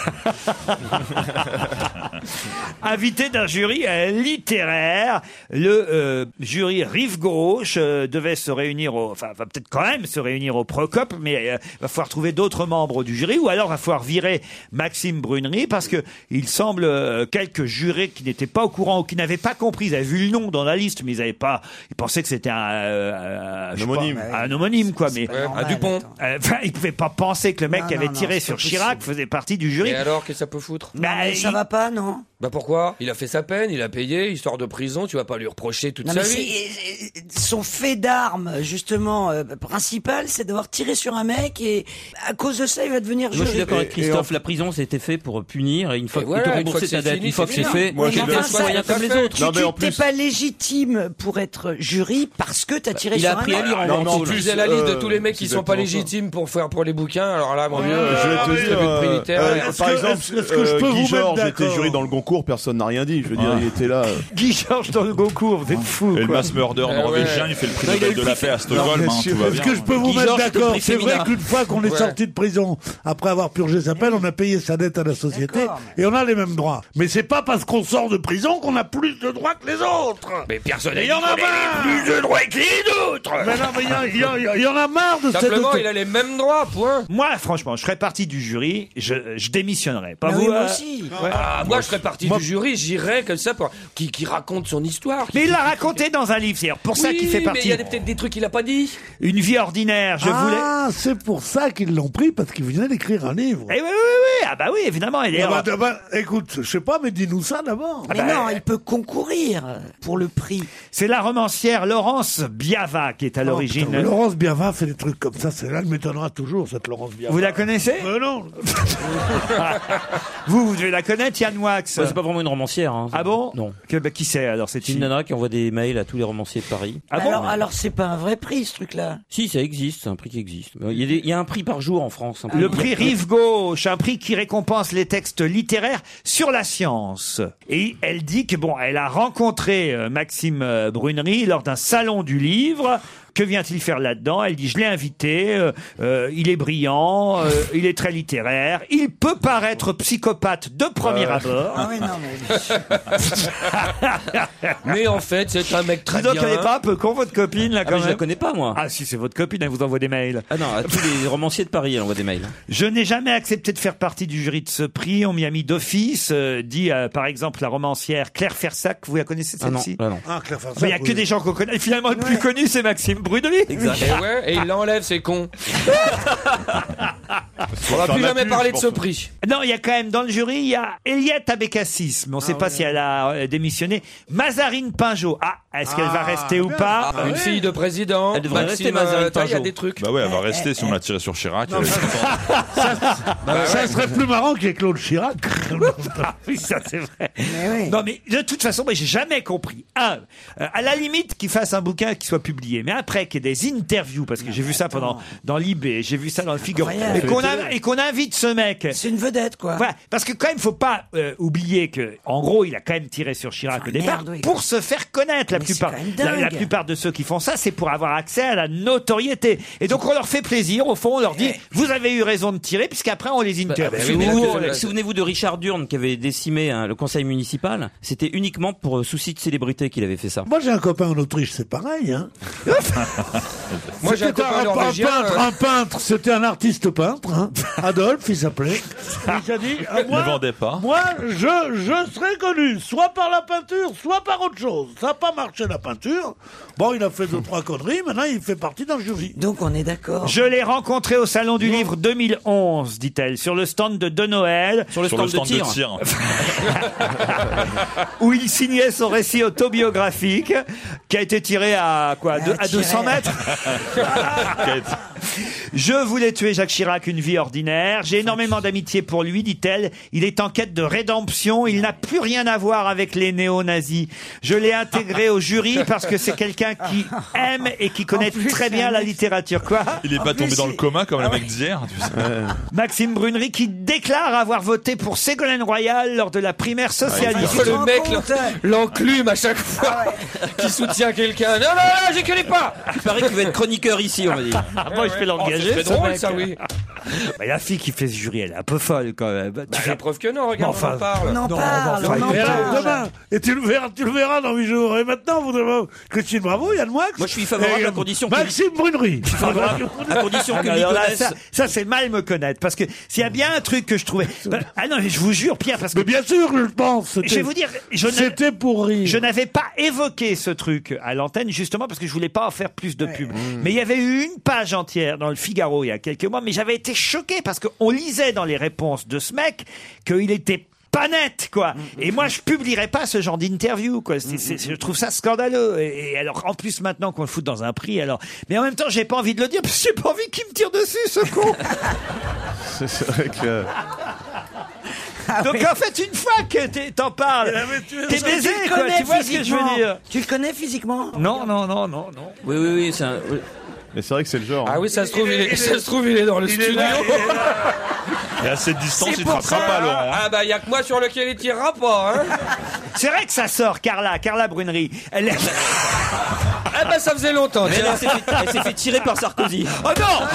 Invité d'un jury littéraire. Le jury Rive Gauche devait se réunir va peut-être quand même se réunir au Procope, mais va falloir trouver d'autres membres du jury, ou alors va falloir virer Maxime Brunery, parce que il semble quelques jurés qui n'étaient pas au courant ou qui n'avaient pas compris, ils avaient vu le nom dans la liste, mais ils pensaient que c'était un homonyme. Un homonyme, quoi. Mais un Dupont. Ils pouvaient pas penser que le mec qui avait tiré sur Chirac faisait partie du jury. Et alors, qu'est-ce que ça peut foutre? Ça va pas, non? Bah pourquoi? Il a fait sa peine, il a payé, il sort de prison, tu vas pas lui reprocher toute sa vie. Son fait d'arme, justement, principal, c'est d'avoir tiré sur un mec et à cause de ça, il va devenir jury. Moi, je suis d'accord avec Christophe. La prison, c'était fait pour punir et une fois que tu rembourses ta dette, une fois que c'est fait, tu es citoyen comme les autres. Tu n'es pas légitime pour être jury parce que tu as tiré sur un mec. Il a appris à lire en Si tu faisais la liste de tous les mecs qui sont pas légitimes pour les bouquins, alors là, mon vieux, je vais te dire, par exemple, Guy Georges était jury dans le Goncourt, personne n'a rien dit. Je veux dire, il était là. Guy Georges dans le Goncourt, vous êtes fou. Et le mass murder norvégien, il fait le prix Nobel de la paix à Stockholm. Est-ce que je peux vous mettre d'accord? C'est vrai qu'une fois qu'on est sorti de prison, après avoir purgé sa peine, on a payé sa dette à la société et on a les mêmes droits. Mais c'est pas parce qu'on sort de prison qu'on a plus de droits que les autres. Mais personne n'a dit qu'on a plus de droits que les autres. Mais non, mais il y en a marre de cette... Simplement, il a les mêmes droits, point. Moi, franchement, je serais parti du jury, je démissionnerais. Pas vous? Oui, moi aussi. Moi, je serais parti du jury, j'irais comme ça qui raconte son histoire. Mais il l'a raconté dans un livre, c'est pour ça qu'il fait partie. Mais il y a peut-être des trucs qu'il a pas dit. Une vie ordinaire, Ah, c'est pour ça qu'ils l'ont pris, parce qu'il venait d'écrire un livre. Eh oui. Ah bah oui, évidemment. Écoute, je sais pas, mais dis-nous ça d'abord. Mais non, il peut concourir pour le prix. C'est la romancière Laurence Biava qui est à l'origine. Putain, Laurence Biava fait des trucs comme ça, c'est là, elle m'étonnera toujours, cette Laurence Biava. Vous la connaissez? Non. Vous devez la connaître, Yann Wax. C'est pas vraiment une romancière. Hein. Ah bon? Non. Qui c'est alors? C'est une nana qui envoie des mails à tous les romanciers de Paris. Ah bon? Alors c'est pas un vrai prix, ce truc-là. Si, ça existe, c'est un prix qui existe. Il y a un prix par jour en France. Le prix Rive Gauche, un prix qui récompense les textes littéraires sur la science. Et elle dit que elle a rencontré Maxime Brunery lors d'un salon du livre. Que vient-il faire là-dedans? Elle dit, je l'ai invité, il est brillant, il est très littéraire, il peut paraître psychopathe de premier abord. Ah oui, non, mais... Mais en fait, c'est un mec très bien. bien. Dis donc, elle est pas un peu con, votre copine, là, quand même? Je la connais pas, moi. Ah si, c'est votre copine, elle vous envoie des mails. Ah non, à tous les romanciers de Paris, elle envoie des mails. Je n'ai jamais accepté de faire partie du jury de ce prix, on m'y a mis d'office, dit par exemple la romancière Claire Fersac, vous la connaissez celle-ci? Ah non. Ah, Claire Fersac. Il n'y a que des gens qu'on connaît. Et finalement, le plus connu, c'est Maxime Brunery. Exact. Et il l'enlève, c'est con. On va plus jamais parler de ce prix. Non, il y a quand même dans le jury, il y a Eliette Abécassis, mais on ne sait pas si elle a démissionné. Mazarine Pinjot. Est-ce qu'elle va rester ou pas? Une fille de président. Elle devrait rester, Mazarine Il y a Pinjot. des trucs. Bah ouais, elle va rester si on l'a tiré sur Chirac. Ça serait plus marrant qu'il y ait Claude Chirac. Oui, ça c'est vrai. Non, mais de toute façon, moi, j'ai jamais compris. À la limite, qu'il fasse un bouquin qui soit publié, mais après qu'il y ait des interviews, parce que j'ai vu ça dans l'IB, j'ai vu ça dans le Figaro, et qu'on invite ce mec. C'est une vedette, quoi. Voilà, parce que quand même, faut pas oublier que, en gros, il a quand même tiré sur Chirac au départ pour se faire connaître. La plupart de ceux qui font ça, c'est pour avoir accès à la notoriété. Et donc, on leur fait plaisir. Au fond, on leur dit, vous avez eu raison de tirer, puisqu'après, on les interviewe. Souvenez-vous de Richard Durn qui avait décimé le conseil municipal. C'était uniquement pour souci de célébrité qu'il avait fait ça. Moi, j'ai un copain en Autriche, c'est pareil. Hein. Moi, j'ai un copain norvégien. Un peintre, c'était un artiste peintre. Hein. Adolphe, il s'appelait. Il a dit, ne vendait pas. Moi, je serais connu, soit par la peinture, soit par autre chose. Ça n'a pas marché, la peinture. Bon, il a fait 2-3 conneries. Maintenant, il fait partie d'un jury. Donc, on est d'accord. Je l'ai rencontré au Salon du Livre 2011, dit-elle, sur le stand de Noël. Sur le stand de tir. Où il signait son récit autobiographique, qui a été tiré à 200 mètres. Je voulais tuer Jacques Chirac, une vie ordinaire. J'ai énormément d'amitié pour lui, dit-elle. Il est en quête de rédemption. Il n'a plus rien à voir avec les néo-nazis. Je l'ai intégré au jury parce que c'est quelqu'un qui aime et qui connaît très bien la littérature. Quoi? Il est pas tombé dans le coma comme le mec d'hier. Tu sais. Maxime Brunery qui déclare avoir voté pour Ségolène Royal lors de la primaire socialiste. Le mec, l'enclume à chaque fois, qui soutient quelqu'un. Non, j'y connais pas. Il paraît qu'il va être chroniqueur ici, on va dire. Moi, je peux l'engager. C'est drôle, ça, oui. La fille qui fait ce jury, elle est un peu folle, quand même. Tu fais preuve que non, regarde, on en parle. On en parle. Demain. Et tu le verras dans 8 jours. Et maintenant, vous devez... Christine Bravo, Yann Moix. Moi, je suis favorable à condition que... Maxime Brunery. À condition que alors là, ça, c'est mal me connaître. Parce que s'il y a bien un truc que je trouvais... Ah non, mais je vous jure, Pierre, parce que... Mais bien sûr, je le pense. Je vais vous dire... C'était pour rire. Je n'avais pas évoqué ce truc à l'antenne, justement, parce que je voulais pas en faire plus de pub. Mais il y avait eu une page entière dans le Figaro il y a quelques mois, mais j'avais été choqué parce qu'on lisait dans les réponses de ce mec qu'il était pas net, quoi. Et moi, je publierais pas ce genre d'interview, quoi. Je trouve ça scandaleux. Et alors, en plus, maintenant qu'on le fout dans un prix, alors. Mais en même temps, j'ai pas envie de le dire parce que j'ai pas envie qu'il me tire dessus, ce con. C'est vrai que. Donc en fait, une fois que t'en parles, t'es baisé, quoi. Tu vois ce que je veux dire? Tu le connais physiquement? Non. Oui, c'est un... Mais c'est vrai que c'est le genre. Ah oui, ça se trouve, il est dans le studio. Et à cette distance, il ne frappera pas, Laurent. Ah bah, il n'y a que moi sur lequel il tirera pas, hein. C'est vrai que ça sort, Carla Brunery. Elle est... Ah bah, ça faisait longtemps. Elle s'est fait tirer par Sarkozy. Oh non!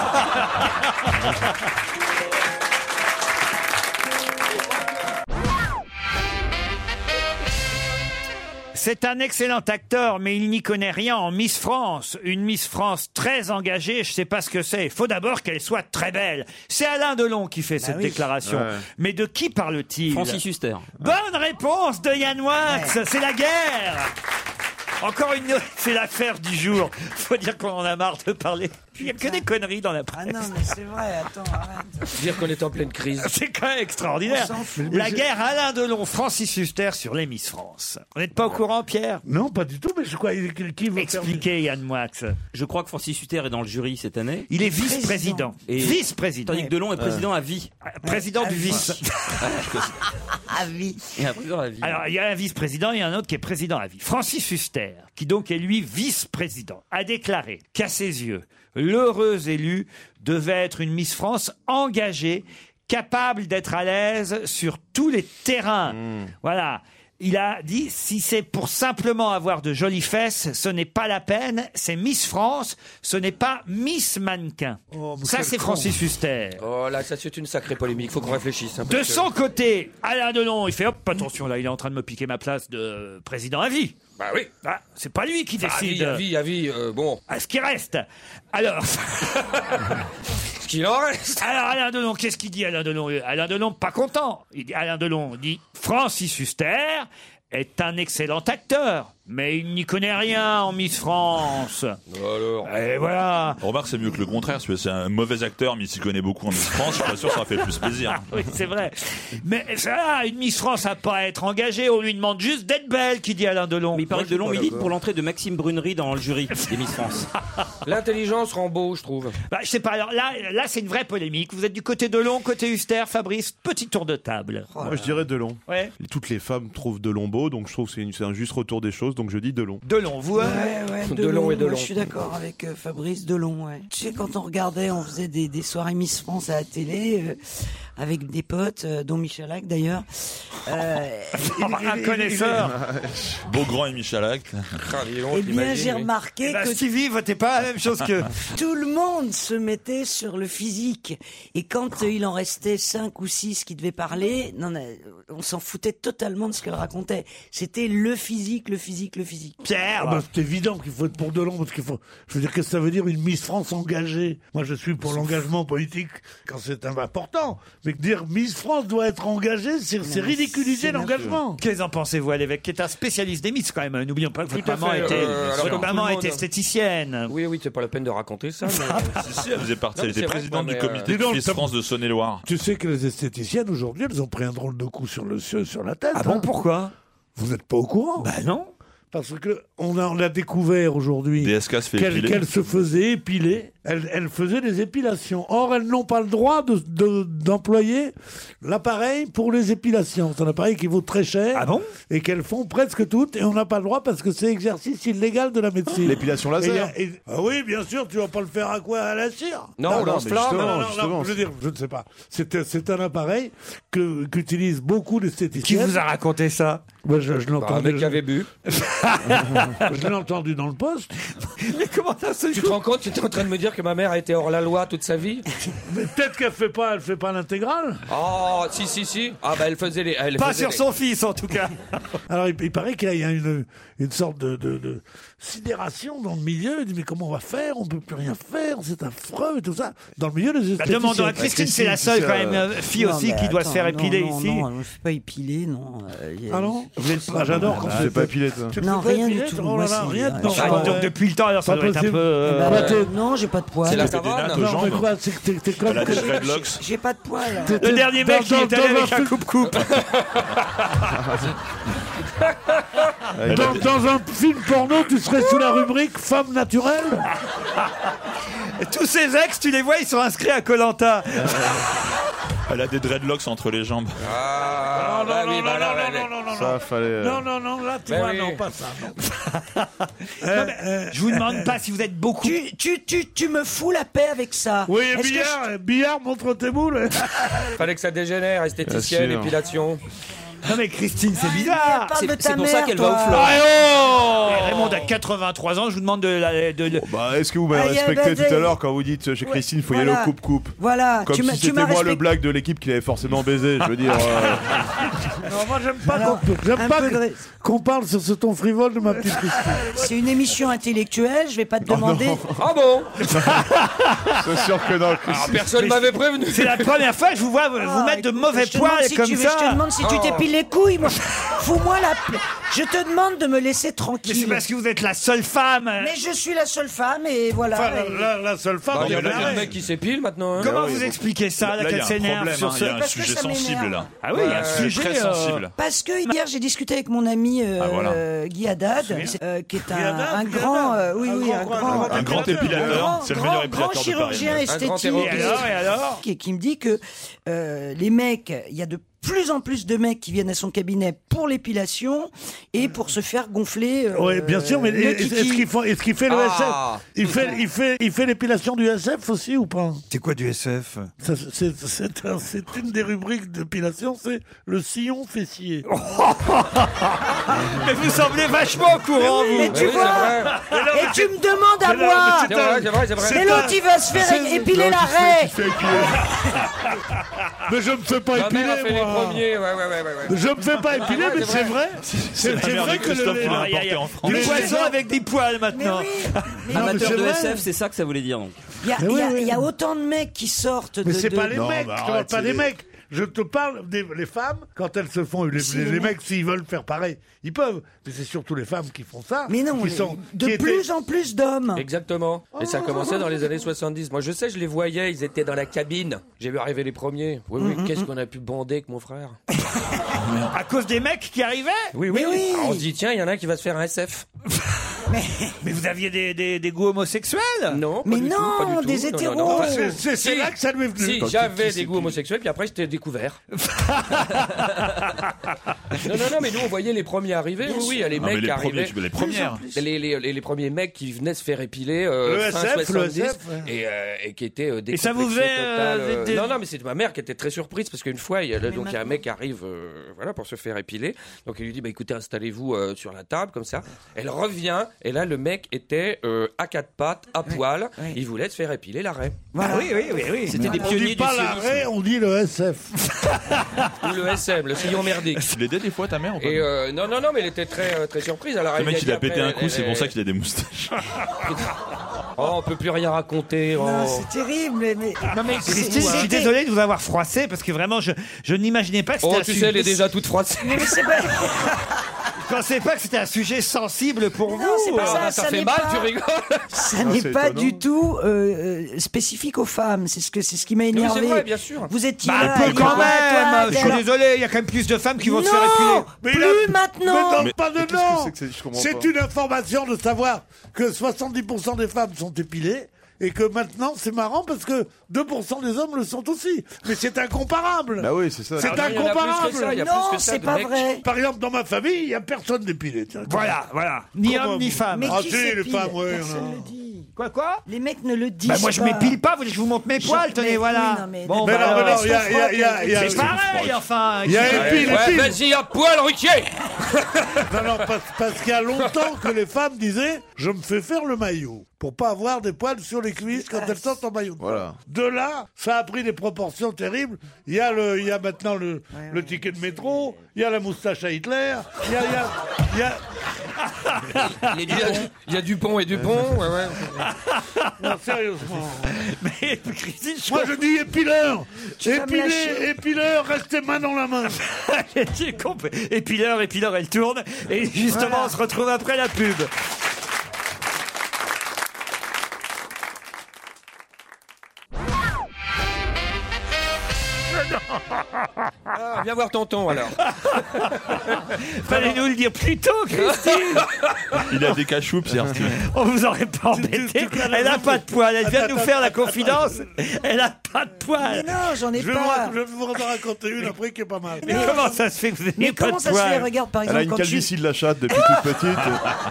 C'est un excellent acteur, mais il n'y connaît rien en Miss France. Une Miss France très engagée, je sais pas ce que c'est. Il faut d'abord qu'elle soit très belle. C'est Alain Delon qui fait cette déclaration. Ouais. Mais de qui parle-t-il? Francis Huster. Bonne réponse de Yann Moix. Ouais. C'est la guerre. Encore une, c'est l'affaire du jour. Faut dire qu'on en a marre de parler. Il n'y a que des conneries dans la presse. Ah non, mais c'est vrai, attends, arrête. Dire qu'on est en pleine crise. C'est quand même extraordinaire. La guerre Alain Delon, Francis Huster sur les Miss France. Vous n'êtes pas au courant, Pierre? Non, pas du tout, mais je crois qui veut expliquer, Yann Moix. Je crois que Francis Huster est dans le jury cette année. Il est vice-président. Vice-président. Tandis que Delon est président à vie. Président du vice. À vie. Et un président à vie. Alors, il y a un vice-président et un autre qui est président à vie. Francis Huster, qui donc est lui vice-président, a déclaré qu'à ses yeux, l'heureuse élue devait être une Miss France engagée, capable d'être à l'aise sur tous les terrains. Voilà. Il a dit, si c'est pour simplement avoir de jolies fesses, ce n'est pas la peine, c'est Miss France, ce n'est pas Miss Mannequin. Ça, c'est Francis Huster. Oh là, ça c'est une sacrée polémique, faut qu'on réfléchisse. De son côté, Alain Delon, il fait, hop, attention, là, il est en train de me piquer ma place de président à vie. Bah oui. Ah, c'est pas lui qui décide. À vie, bon. À ce qui reste. Alors... ce qu'il en reste. Alors, Alain Delon, qu'est-ce qu'il dit, Alain Delon? Alain Delon, pas content. Alain Delon dit, Francis Huster est un excellent acteur, Mais il n'y connaît rien en Miss France. Alors. Et voilà. Remarque, c'est mieux que le contraire, parce que c'est un mauvais acteur, mais il s'y connaît beaucoup en Miss France. Je suis pas sûr que ça fait plus plaisir. Oui, c'est vrai. Mais ça, une Miss France n'a pas à être engagée. On lui demande juste d'être belle, qui dit Alain Delon. Mais il paraît que Delon milite pour l'entrée de Maxime Brunerie dans le jury des Miss France. L'intelligence rend beau, je trouve. Bah, je sais pas. Alors là, c'est une vraie polémique. Vous êtes du côté Delon, côté Huster, Fabrice. Petit tour de table. Moi, je dirais Delon. Ouais. Toutes les femmes trouvent Delon beau, donc je trouve que c'est un juste retour des choses, donc je dis Delon. Delon, vous Delon et Delon. Je suis d'accord avec Fabrice, Delon. Ouais. Tu sais, quand on regardait, on faisait des soirées Miss France à la télé avec des potes, dont Michalak d'ailleurs. Un connaisseur. Beaugrand et Michalak. Eh bien, j'ai remarqué que Stevie votait pas la même chose que tout le monde se mettait sur le physique. Et quand il en restait 5 ou 6 qui devaient parler, on s'en foutait totalement de ce qu'elle racontait. C'était le physique. Pierre. C'est évident qu'il faut être pour Delon, parce qu'il faut. Je veux dire, qu'est-ce que ça veut dire une Miss France engagée? Moi, je suis pour l'engagement politique quand c'est important. Mais dire Miss France doit être engagée, c'est ridiculiser l'engagement. Qu'est-ce en pensez-vous, l'évêque, qui est un spécialiste des Miss quand même? N'oublions pas que votre maman était esthéticienne. Oui, c'est pas la peine de raconter ça. Mais... si, elle faisait partie. Elle était présidente du comité de Miss France de Saône-et-Loire. Tu sais que les esthéticiennes aujourd'hui, elles ont pris un drôle de coup sur la tête. Ah bon, pourquoi? Vous n'êtes pas au courant? Bah non. Parce que on a découvert aujourd'hui DSK se fait épiler. Qu'elle se faisait épiler. Elle faisait des épilations. Or, elles n'ont pas le droit d'employer l'appareil pour les épilations. C'est un appareil qui vaut très cher. Ah bon? Et qu'elles font presque toutes. Et on n'a pas le droit parce que c'est exercice illégal de la médecine. L'épilation laser. Ah oui, bien sûr. Tu vas pas le faire à quoi? À la cire? Non, lance-flamme. Non, je veux dire, je ne sais pas. C'est un appareil qu'utilisent beaucoup d'esthéticiens. Qui vous a raconté ça? Je l'ai entendu. Un mec qui avait bu. Je l'ai entendu dans le poste. Mais comment ça se Tu te rends compte, tu étais en train de me dire que ma mère a été hors la loi toute sa vie? Mais peut-être qu'elle fait pas l'intégrale. Oh, si. Ah bah elle faisait les... Pas sur son fils en tout cas. Alors il paraît qu'il y a une sorte de sidération dans le milieu. Il dit mais comment on va faire? On peut plus rien faire, c'est affreux et tout ça. Dans le milieu des esthéticiens. Demandons à Christine, c'est la seule quand même fille aussi qui doit se faire épiler ici. Non, je ne fais pas épiler, non. Ah non? J'adore quand tu fais pas épiler toi. Non, rien du tout. Oh là là, rien de donc depuis le temps, alors ça doit être un peu... Non, j'ai pas de poils. C'est la savane. Non, mais quoi, c'est que t'es comme... J'ai pas de poils. Le dernier mec qui est allé avec un coupe-coupe. Dans un film porno, tu serais sous la rubrique femme naturelle? Tous ces ex, tu les vois, ils sont inscrits à Koh-Lanta. Elle a des dreadlocks entre les jambes. Ah, non. Ça fallait. Non, là, tu vois, non, pas ça. Non. Je vous demande pas si vous êtes beaucoup. Tu me fous la paix avec ça. Oui, billard, montre tes boules. Fallait que ça dégénère, esthéticienne, épilation. Non mais Christine, c'est bizarre. C'est pour ça qu'elle va au flore. Raymond a 83 ans, je vous demande de... est-ce que vous m'avez respecté tout à l'heure quand vous dites chez Christine, il faut y aller au coupe-coupe? Voilà. Comme si c'était moi le blague de l'équipe qui l'avait forcément baisé, je veux dire... Non, moi j'aime pas qu'on parle sur ce ton frivole de ma petite Christine. C'est une émission intellectuelle, je vais pas te demander... Ah bon? C'est sûr que non. Alors, personne m'avait prévenu. C'est la première fois que je vous vois vous mettre de mauvais poils comme ça. Je te demande si tu t'épiles les couilles, moi. Fous-moi la paix. Je te demande de me laisser tranquille. Mais c'est parce que vous êtes la seule femme. Mais je suis la seule femme et voilà. Enfin, la seule femme. Il y a un mec qui s'épile maintenant. Comment vous expliquez ça, là, qu'elle s'énerve sur ce... Il y a un sujet sensible là. Ah oui, il y a un sujet très sensible. Parce que hier j'ai discuté avec mon ami Guy Haddad, qui est un grand, un grand épilateur. C'est le meilleur épilateur de Paris. Chirurgien esthétique. Et alors qui me dit que les mecs, il y a de plus en plus de mecs qui viennent à son cabinet pour l'épilation et pour se faire gonfler. Oui, bien sûr, mais est-ce qu'il fait le SF? Il fait l'épilation du SF aussi ou pas? C'est quoi du SF? C'est une des rubriques d'épilation, c'est le sillon fessier. Mais vous semblez vachement au courant, vous. Mais tu vois, et tu me demandes à moi. C'est vrai. Mais l'autre, il va se faire épiler la raie. Mais je me fais pas épiler, moi. Je me fais pas épiler, mais c'est vrai. C'est vrai que du poisson avec des poils maintenant. Amateur de SF, c'est ça que ça voulait dire. Il y a autant de mecs qui sortent mais c'est pas les mecs, je parle pas des mecs. Je te parle des les femmes, quand elles se font... Les mecs, s'ils veulent faire pareil, ils peuvent. Mais c'est surtout les femmes qui font ça. Mais non, plus en plus d'hommes. Exactement. Et ça a commencé dans les années 70. Moi, je sais, je les voyais, ils étaient dans la cabine. J'ai vu arriver les premiers. Oui, qu'est-ce qu'on a pu bander avec mon frère. À cause des mecs qui arrivaient? Oui. Alors, on se dit, tiens, il y en a qui va se faire un SF. Mais vous aviez des goûts homosexuels? Non, pas du tout. Des hétéros. Non. C'est là que ça lui est venu. Si, j'avais des goûts homosexuels, puis après, j'étais découvert. non, mais nous, on voyait les premiers arriver. Oui, les mecs qui arrivaient. Les premières. Les premiers mecs qui venaient se faire épiler fin 70 et qui étaient décomplexés. Et ça vous faisait Non, mais c'est ma mère qui était très surprise parce qu'une fois, il y a un mec qui arrive pour se faire épiler. Donc, il lui dit, écoutez, installez-vous sur la table, comme ça. Elle revient, et là, le mec était à quatre pattes, à poil. Oui. Il voulait se faire épiler l'arrêt. Voilà. Oui. C'était des pionniers du sionisme. On dit pas l'arrêt, on dit le SF. Ou le SM, le sillon merdique. Tu l'aidais des fois, ta mère, ou pas? Et non, mais elle était très, très surprise. Alors, le mec, il a pété un coup, c'est pour ça qu'il a des moustaches. On peut plus rien raconter. Non, c'est terrible. Mais... Non, mais Christine, je suis désolé de vous avoir froissé parce que vraiment, je n'imaginais pas que c'était un sujet. Tu sais, elle est déjà toute froissée. Mais c'est pas... Je pensais pas que c'était un sujet sensible pour vous. C'est pas ça fait mal, tu rigoles. Ça n'est pas du tout spécifique aux femmes. C'est ce qui m'a énervé. Oui, c'est vrai, bien sûr. Vous êtes un peu quand même. Je suis désolé, il y a quand même plus de femmes qui vont se faire épiler. Plus maintenant. Mais pas dedans. C'est une information de savoir que 70% des femmes sont épilées. Et que maintenant, c'est marrant parce que 2% des hommes le sont aussi. Mais c'est incomparable. Bah oui, c'est ça. C'est incomparable. Non, c'est pas vrai. Par exemple, dans ma famille, il n'y a personne d'épilé. Voilà. Ni homme, ni femme. Mais qui les femmes, personne le dit. Quoi? Les mecs ne le disent pas. Moi, je m'épile pas. Vous voulez que je vous montre mes poils? Tenez, voilà. Bon, mais non, il y a... C'est pareil, enfin. Il y a épile. Vas-y, à poil, Ruquier. Non, parce qu'il y a longtemps que les femmes disaient « Je me fais faire le maillot ». Pour pas avoir des poils sur les cuisses quand elles sortent en maillot. Voilà. De là, ça a pris des proportions terribles. Il y a maintenant le ticket de métro, il y a la moustache à Hitler, il y a Dupont et Dupont. Non, sérieusement. Mais Christine, moi je dis épileur. Épileur, restez main dans la main. Épileur, elle tourne. Et justement, on se retrouve après la pub. Viens voir tonton alors. Fallait nous le dire plus tôt, Christine. Il a des cachous, Pierre. On vous aurait pas embêté. Elle a pas de poils. Elle vient de nous faire la confidence. Elle a pas de poils. Mais non, j'en ai pas. Je vais vous en raconter une après qui est pas mal. Mais comment ça se fait que vous n'avez pas de poils? Mais comment ça se fait? Regarde par exemple. Elle a une calvitie de la chatte depuis toute petite.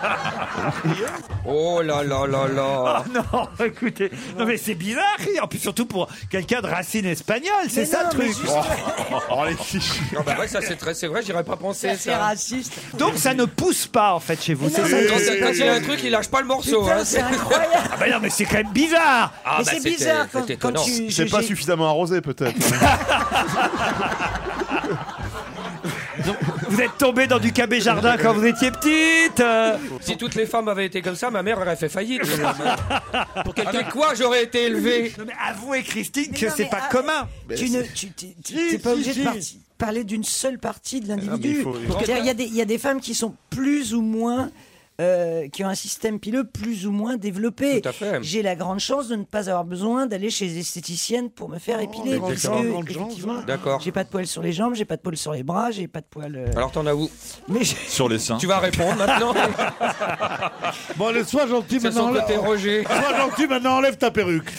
Oh là là là là. Oh non, écoutez. Non mais c'est bizarre. En plus surtout pour quelqu'un de racine espagnole. C'est ça le truc. Oh les fichus. Ça c'est vrai, j'aurais pas pensé c'est raciste. Donc ça ne pousse pas en fait chez vous. Quand il y a un truc, il lâche pas le morceau. Putain, c'est incroyable. Ah bah non mais c'est quand même bizarre. Mais c'est bizarre quand tu... C'est pas suffisamment arrosé peut-être. Vous êtes tombé dans du Cabé Jardin quand vous étiez petite. Si toutes les femmes avaient été comme ça, ma mère aurait fait faillite. Avec quoi j'aurais été élevé? Non mais avouez Christine que c'est pas commun. Tu n'es pas obligé de parler d'une seule partie de l'individu. Il y a des femmes qui sont plus ou moins... qui ont un système pileux plus ou moins développé. Tout à fait. J'ai la grande chance de ne pas avoir besoin d'aller chez les esthéticiennes pour me faire épiler. Parce que, effectivement, j'ai pas de poils sur les jambes, j'ai pas de poils sur les bras, j'ai pas de poils... Alors t'en as où? Sur les seins. Tu vas répondre maintenant. Bon, allez, sois gentil maintenant. C'est son côté Roger. Sois gentil maintenant, enlève ta perruque.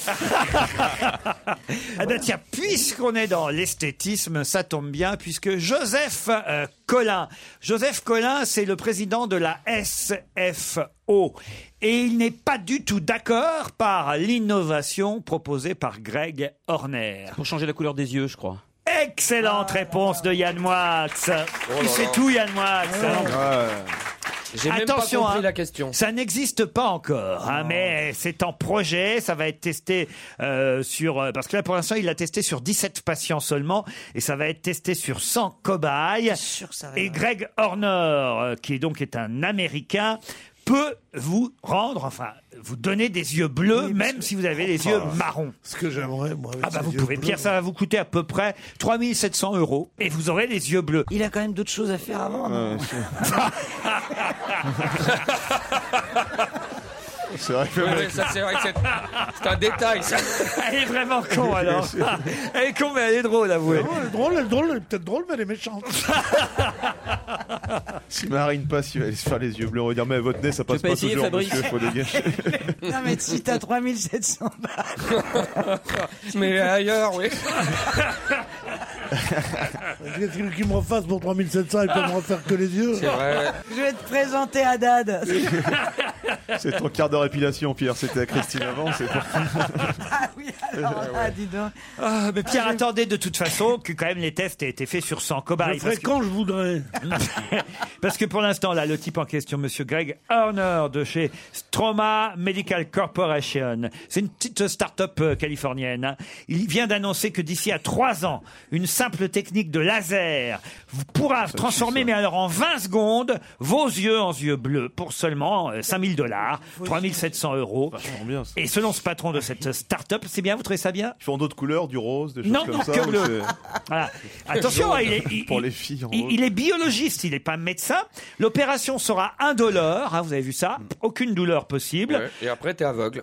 Ah ben tiens, puisqu'on est dans l'esthétisme, ça tombe bien, puisque Joseph Collin, c'est le président de la SFO. Et il n'est pas du tout d'accord par l'innovation proposée par Greg Horner. Pour changer la couleur des yeux, je crois. Excellente réponse de Yann Moix. Il sait tout, Yann Moix. J'ai même pas compris la question. Ça n'existe pas encore, mais c'est en projet. Ça va être testé parce que là, pour l'instant, il l'a testé sur 17 patients seulement, et ça va être testé sur 100 cobayes. Et Greg Horner, qui est un Américain, peut vous donner des yeux bleus, même si vous avez les yeux marrons. Ce que j'aimerais, moi. Vous pouvez. Pierre, ça va vous coûter à peu près 3 700 € et vous aurez les yeux bleus. Il a quand même d'autres choses à faire avant. C'est vrai que c'est un détail, ça. Elle est vraiment con, alors. Elle est con, mais elle est drôle, avouez. Non, elle est drôle, elle est peut-être drôle, mais elle est méchante. Si Marine passe, il va aller se faire les yeux bleus. On va dire, mais votre nez, ça passe pas toujours, Fabrice, monsieur, faut dégager. Non, mais si t'as 3700 balles. Mais ailleurs, oui. Qu'est-ce qu'il me refasse pour 3700, il peut me refaire que les yeux. C'est vrai. Je vais te présenter à Dad. C'est ton quart d'heure épilation, Pierre. C'était à Christine avant, c'est pour Ah oui, alors là, dis donc. Mais Pierre, attendez de toute façon que quand même les tests aient été faits sur 100 cobayes. Je ferai quand je voudrais. Parce que pour l'instant, là, le type en question, monsieur Greg Horner de chez Stroma Medical Corporation, c'est une petite start-up californienne. Hein. Il vient d'annoncer que d'ici à 3 ans, une simple technique de laser pourra transformer, mais alors en 20 secondes, vos yeux en yeux bleus pour seulement $5 000, 3 700 €. bien, ça. Et selon ce patron de cette start-up, c'est bien, vous trouvez ça bien? Ils font d'autres couleurs, du rose, des choses Non, comme non, ça. que bleu. Voilà. Attention, pour les filles. En il est biologiste, il n'est pas médecin. L'opération sera indolore, hein, vous avez vu ça, aucune douleur possible. Ouais, et après, t'es aveugle.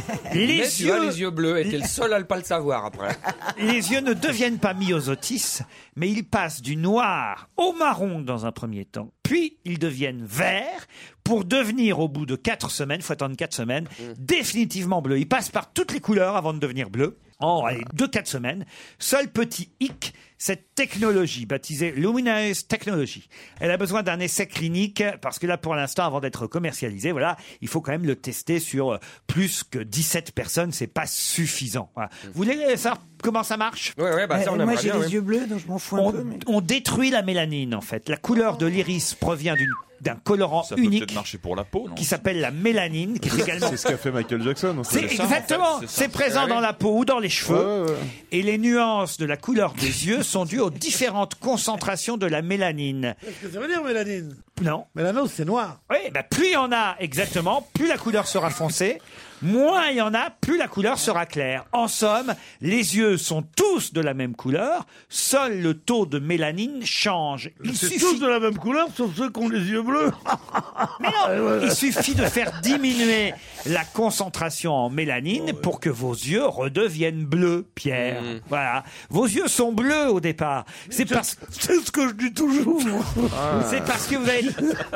Les tu as les yeux bleus, et t'es le seul à ne pas le savoir après. Les yeux ne deviennent pas myosotis, mais ils passent du noir au marron dans un premier temps. Puis, ils deviennent verts pour devenir, au bout de 4 semaines, faut attendre 4 semaines, définitivement bleus. Ils passent par toutes les couleurs avant de devenir bleus. En 2-4 semaines. Seul petit hic, cette technologie, baptisée Luminous Technology, elle a besoin d'un essai clinique, parce que là, pour l'instant, avant d'être commercialisée, voilà, il faut quand même le tester sur plus que 17 personnes, c'est pas suffisant. Voilà. Vous voulez savoir comment ça marche? Ouais, bah ça, on moi, aimerait j'ai bien, les yeux bleus, donc je m'en fous un peu. Mais... On détruit la mélanine, en fait. La couleur de l'iris provient d'un colorant Ça peut unique peut-être marcher pour la peau, non? qui s'appelle la mélanine, qui est également... C'est ce qu'a fait Michael Jackson. C'est exactement, en fait, c'est ça. c'est présent dans la peau ou dans les cheveux. Ouais. Et les nuances de la couleur des yeux sont dues aux différentes concentrations de la mélanine. Qu'est-ce que ça veut dire, mélanine? Non. Mélanose, c'est noir. Oui, plus il y en a exactement, plus la couleur sera foncée. Moins il y en a, plus la couleur sera claire. En somme, les yeux sont tous de la même couleur, seul le taux de mélanine change. C'est tous de la même couleur, sauf ceux qui ont les yeux bleus. Mais non, il suffit de faire diminuer la concentration en mélanine pour que vos yeux redeviennent bleus, Pierre. Voilà. Vos yeux sont bleus au départ. C'est ce que je dis toujours. C'est parce que vous avez...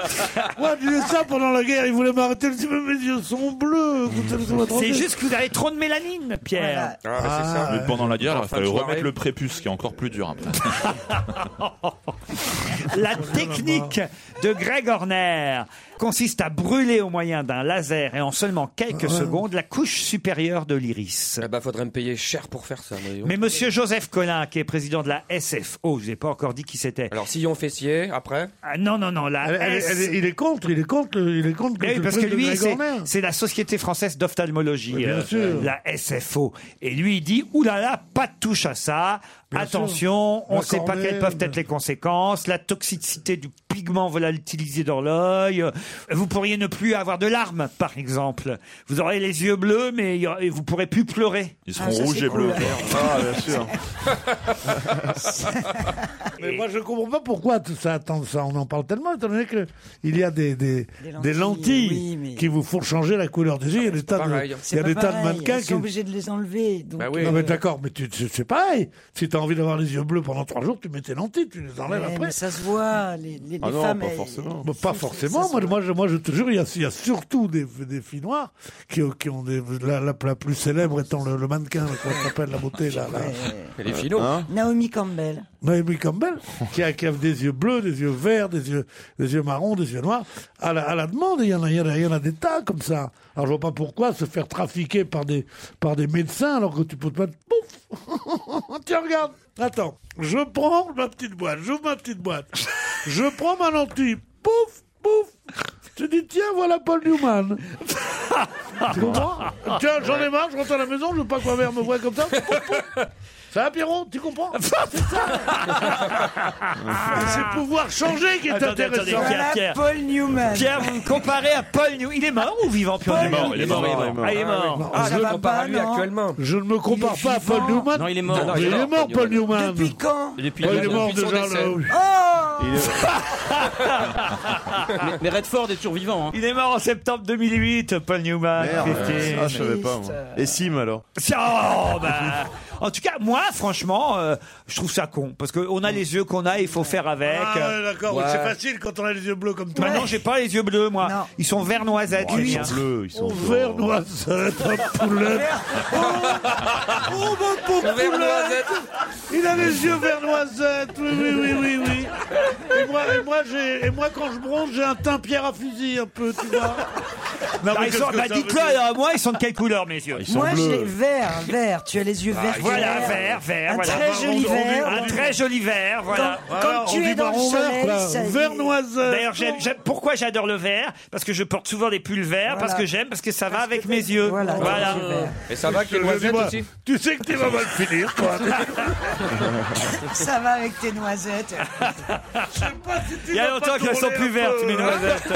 Moi, je disais ça pendant la guerre, ils voulaient m'arrêter, je dis, mais mes yeux sont bleus. C'est juste que vous avez trop de mélanine, Pierre. C'est ça. Mais pendant la guerre, il Enfin, fallait soirée. remettre le prépuce, qui est encore plus dur après. La technique de Greg Horner consiste à brûler au moyen d'un laser et en seulement quelques secondes la couche supérieure de l'iris. Faudrait me payer cher pour faire ça. Mais monsieur Joseph Collin, qui est président de la SFO, je vous ai pas encore dit qui c'était. Alors, sillon fessier, après? Non, Il est contre oui, parce que lui, Greg Horner. c'est la Société française d'ophtalmologie, Oui, bien sûr. la SFO. Et lui, il dit, oulala, pas de touche à ça. Bien Attention, sûr. on La ne sait pas cornée, quelles peuvent être les conséquences, la toxicité du pigment volatilisé dans l'œil. Vous pourriez ne plus avoir de larmes, par exemple. Vous aurez les yeux bleus, mais vous pourrez plus pleurer. Ils seront rouges et bleus. Ah, bien sûr. Mais moi, je comprends pas pourquoi tout ça attend ça. On en parle tellement, étant donné que il y a des lentilles oui, mais... qui vous font changer la couleur des yeux. Il y a des tas de mannequins qui sont obligés de les enlever. Donc, non, mais d'accord, mais c'est pareil. Si tu as envie d'avoir les yeux bleus pendant 3 jours, tu mets tes lentilles, tu les enlèves après. Mais ça se voit, les non, femmes. pas forcément. Pas forcément. Moi, je te jure, il y a surtout des filles noires qui ont la plus célèbre étant le mannequin, comment ça s'appelle, la beauté, là. Et les finaux. Naomi Campbell. Naomi Campbell, qui a des yeux bleus, des yeux verts, des yeux marrons, des yeux noirs. À la demande, il y en a des tas comme ça. Alors, je vois pas pourquoi se faire trafiquer par des médecins alors que tu peux te mettre, pouf! Tiens, regarde. Attends. Je prends ma petite boîte. J'ouvre ma petite boîte. Je prends ma lentille. Pouf! Pouf! Tu dis, tiens, voilà Paul Newman. Tu comprends? Tiens, j'en ai marre, je rentre à la maison, je veux pas que ma mère me voie comme ça. Ça va, Pierrot? Tu comprends? C'est ça. C'est pouvoir changer qui est intéressant. Pierre. Paul Newman. Pierre, vous me comparez à Paul Newman. Il est mort ou vivant, Paul Newman? Il est mort. Ah, il est mort. Je le compare à lui actuellement. Je ne me compare pas à Paul Newman. Non, il est mort. Il est mort, Paul Newman. Depuis quand? Depuis Il est mort Depuis son déjà décès. là. Mais Redford est toujours vivant. Hein. Il est mort en septembre 2008, Paul Newman. Christine. Ah, je savais pas, moi. Et Sim, alors? Oh, bah. En tout cas, moi, franchement, je trouve ça con. Parce qu'on a les yeux qu'on a, il faut faire avec. Ah, ouais, d'accord, Ouais. c'est facile quand on a les yeux bleus comme toi. Maintenant, j'ai pas les yeux bleus, moi. Non. Ils sont vert noisette, les Ils miens. sont bleus, ils sont Oh, bleus. vert noisette, un poulet. Oh, mon pauvre Vert poulet. noisette. Il a les yeux vert noisette. Oui. Et moi, quand je bronze, j'ai un teint pierre à fusil, un peu, tu vois. Non, mais ils sont, qu'est-ce que bah, ça veut dites-le, dire alors, moi, ils sont de quelle couleur, mes yeux? Ils sont Moi, je l'ai bleus. vert. Tu as les yeux verts. Voilà, vert, Un voilà. très joli vert. Un très joli vert, voilà. Quand tu es dans le soleil, ça y est. Vert noisette. D'ailleurs, pourquoi j'adore le vert? Parce que je porte souvent des pulls verts, parce que j'aime, parce que ça va avec mes yeux. Voilà. Et ça va avec les noisettes aussi? Tu sais que tu vas mal finir, toi. Ça va avec tes noisettes. Je sais pas si tu Il y a vas longtemps pas qu'elles sont tourner plus un vertes, peu, mes hein. noisettes.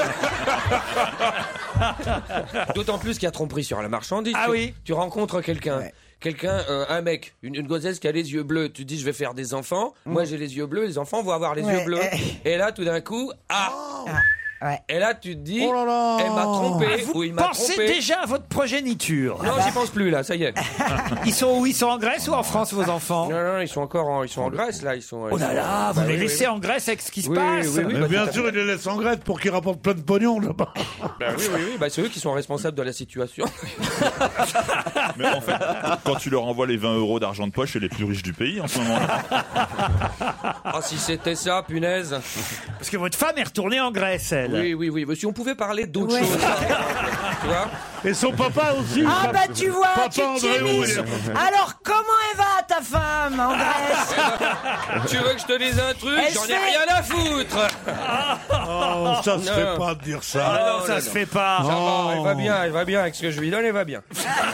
D'autant plus qu'il y a tromperie sur la marchandise. Ah Tu- oui. Tu rencontres quelqu'un. Ouais. Quelqu'un, un mec, une gonzesse qui a les yeux bleus, tu te dis je vais faire des enfants, moi j'ai les yeux bleus, les enfants vont avoir les Ouais, yeux bleus. Et là tout d'un coup, Ouais. Et là tu te dis, Oh là là. elle m'a trompé, ou il m'a Pensez trompé. déjà à votre progéniture. Non, j'y pense plus là, ça y est. Ils sont où? Ils sont en Grèce ou en France, vos enfants? Non, ils sont encore en Grèce là, ils sont. Oh là là, vous Bah les oui, laissez oui. en Grèce avec ce qui se Oui, passe. oui, oui, Mais bah, bien tout à sûr, fait. il les laisse en Grèce pour qu'ils rapportent plein de pognon là-bas. Bah oui, bah c'est eux qui sont responsables de la situation. Mais en fait, quand tu leur envoies les 20 euros d'argent de poche, c'est les plus riches du pays en ce moment. Ah si c'était ça, punaise. Parce que votre femme est retournée en Grèce, elle. Oui, mais si on pouvait parler d'autre Ouais. chose. Tu vois? Et son papa aussi. Ah bah tu vois, Papa tu t'y es André, mis. oui. Alors comment elle va ta femme en Grèce? Tu veux que je te dise un truc? Elle J'en se ai fait- rien à foutre. Oh, ça se Non. fait pas de dire ça. Ah non, ça se fait pas. Ça va, elle va bien avec ce que je lui donne, elle va bien.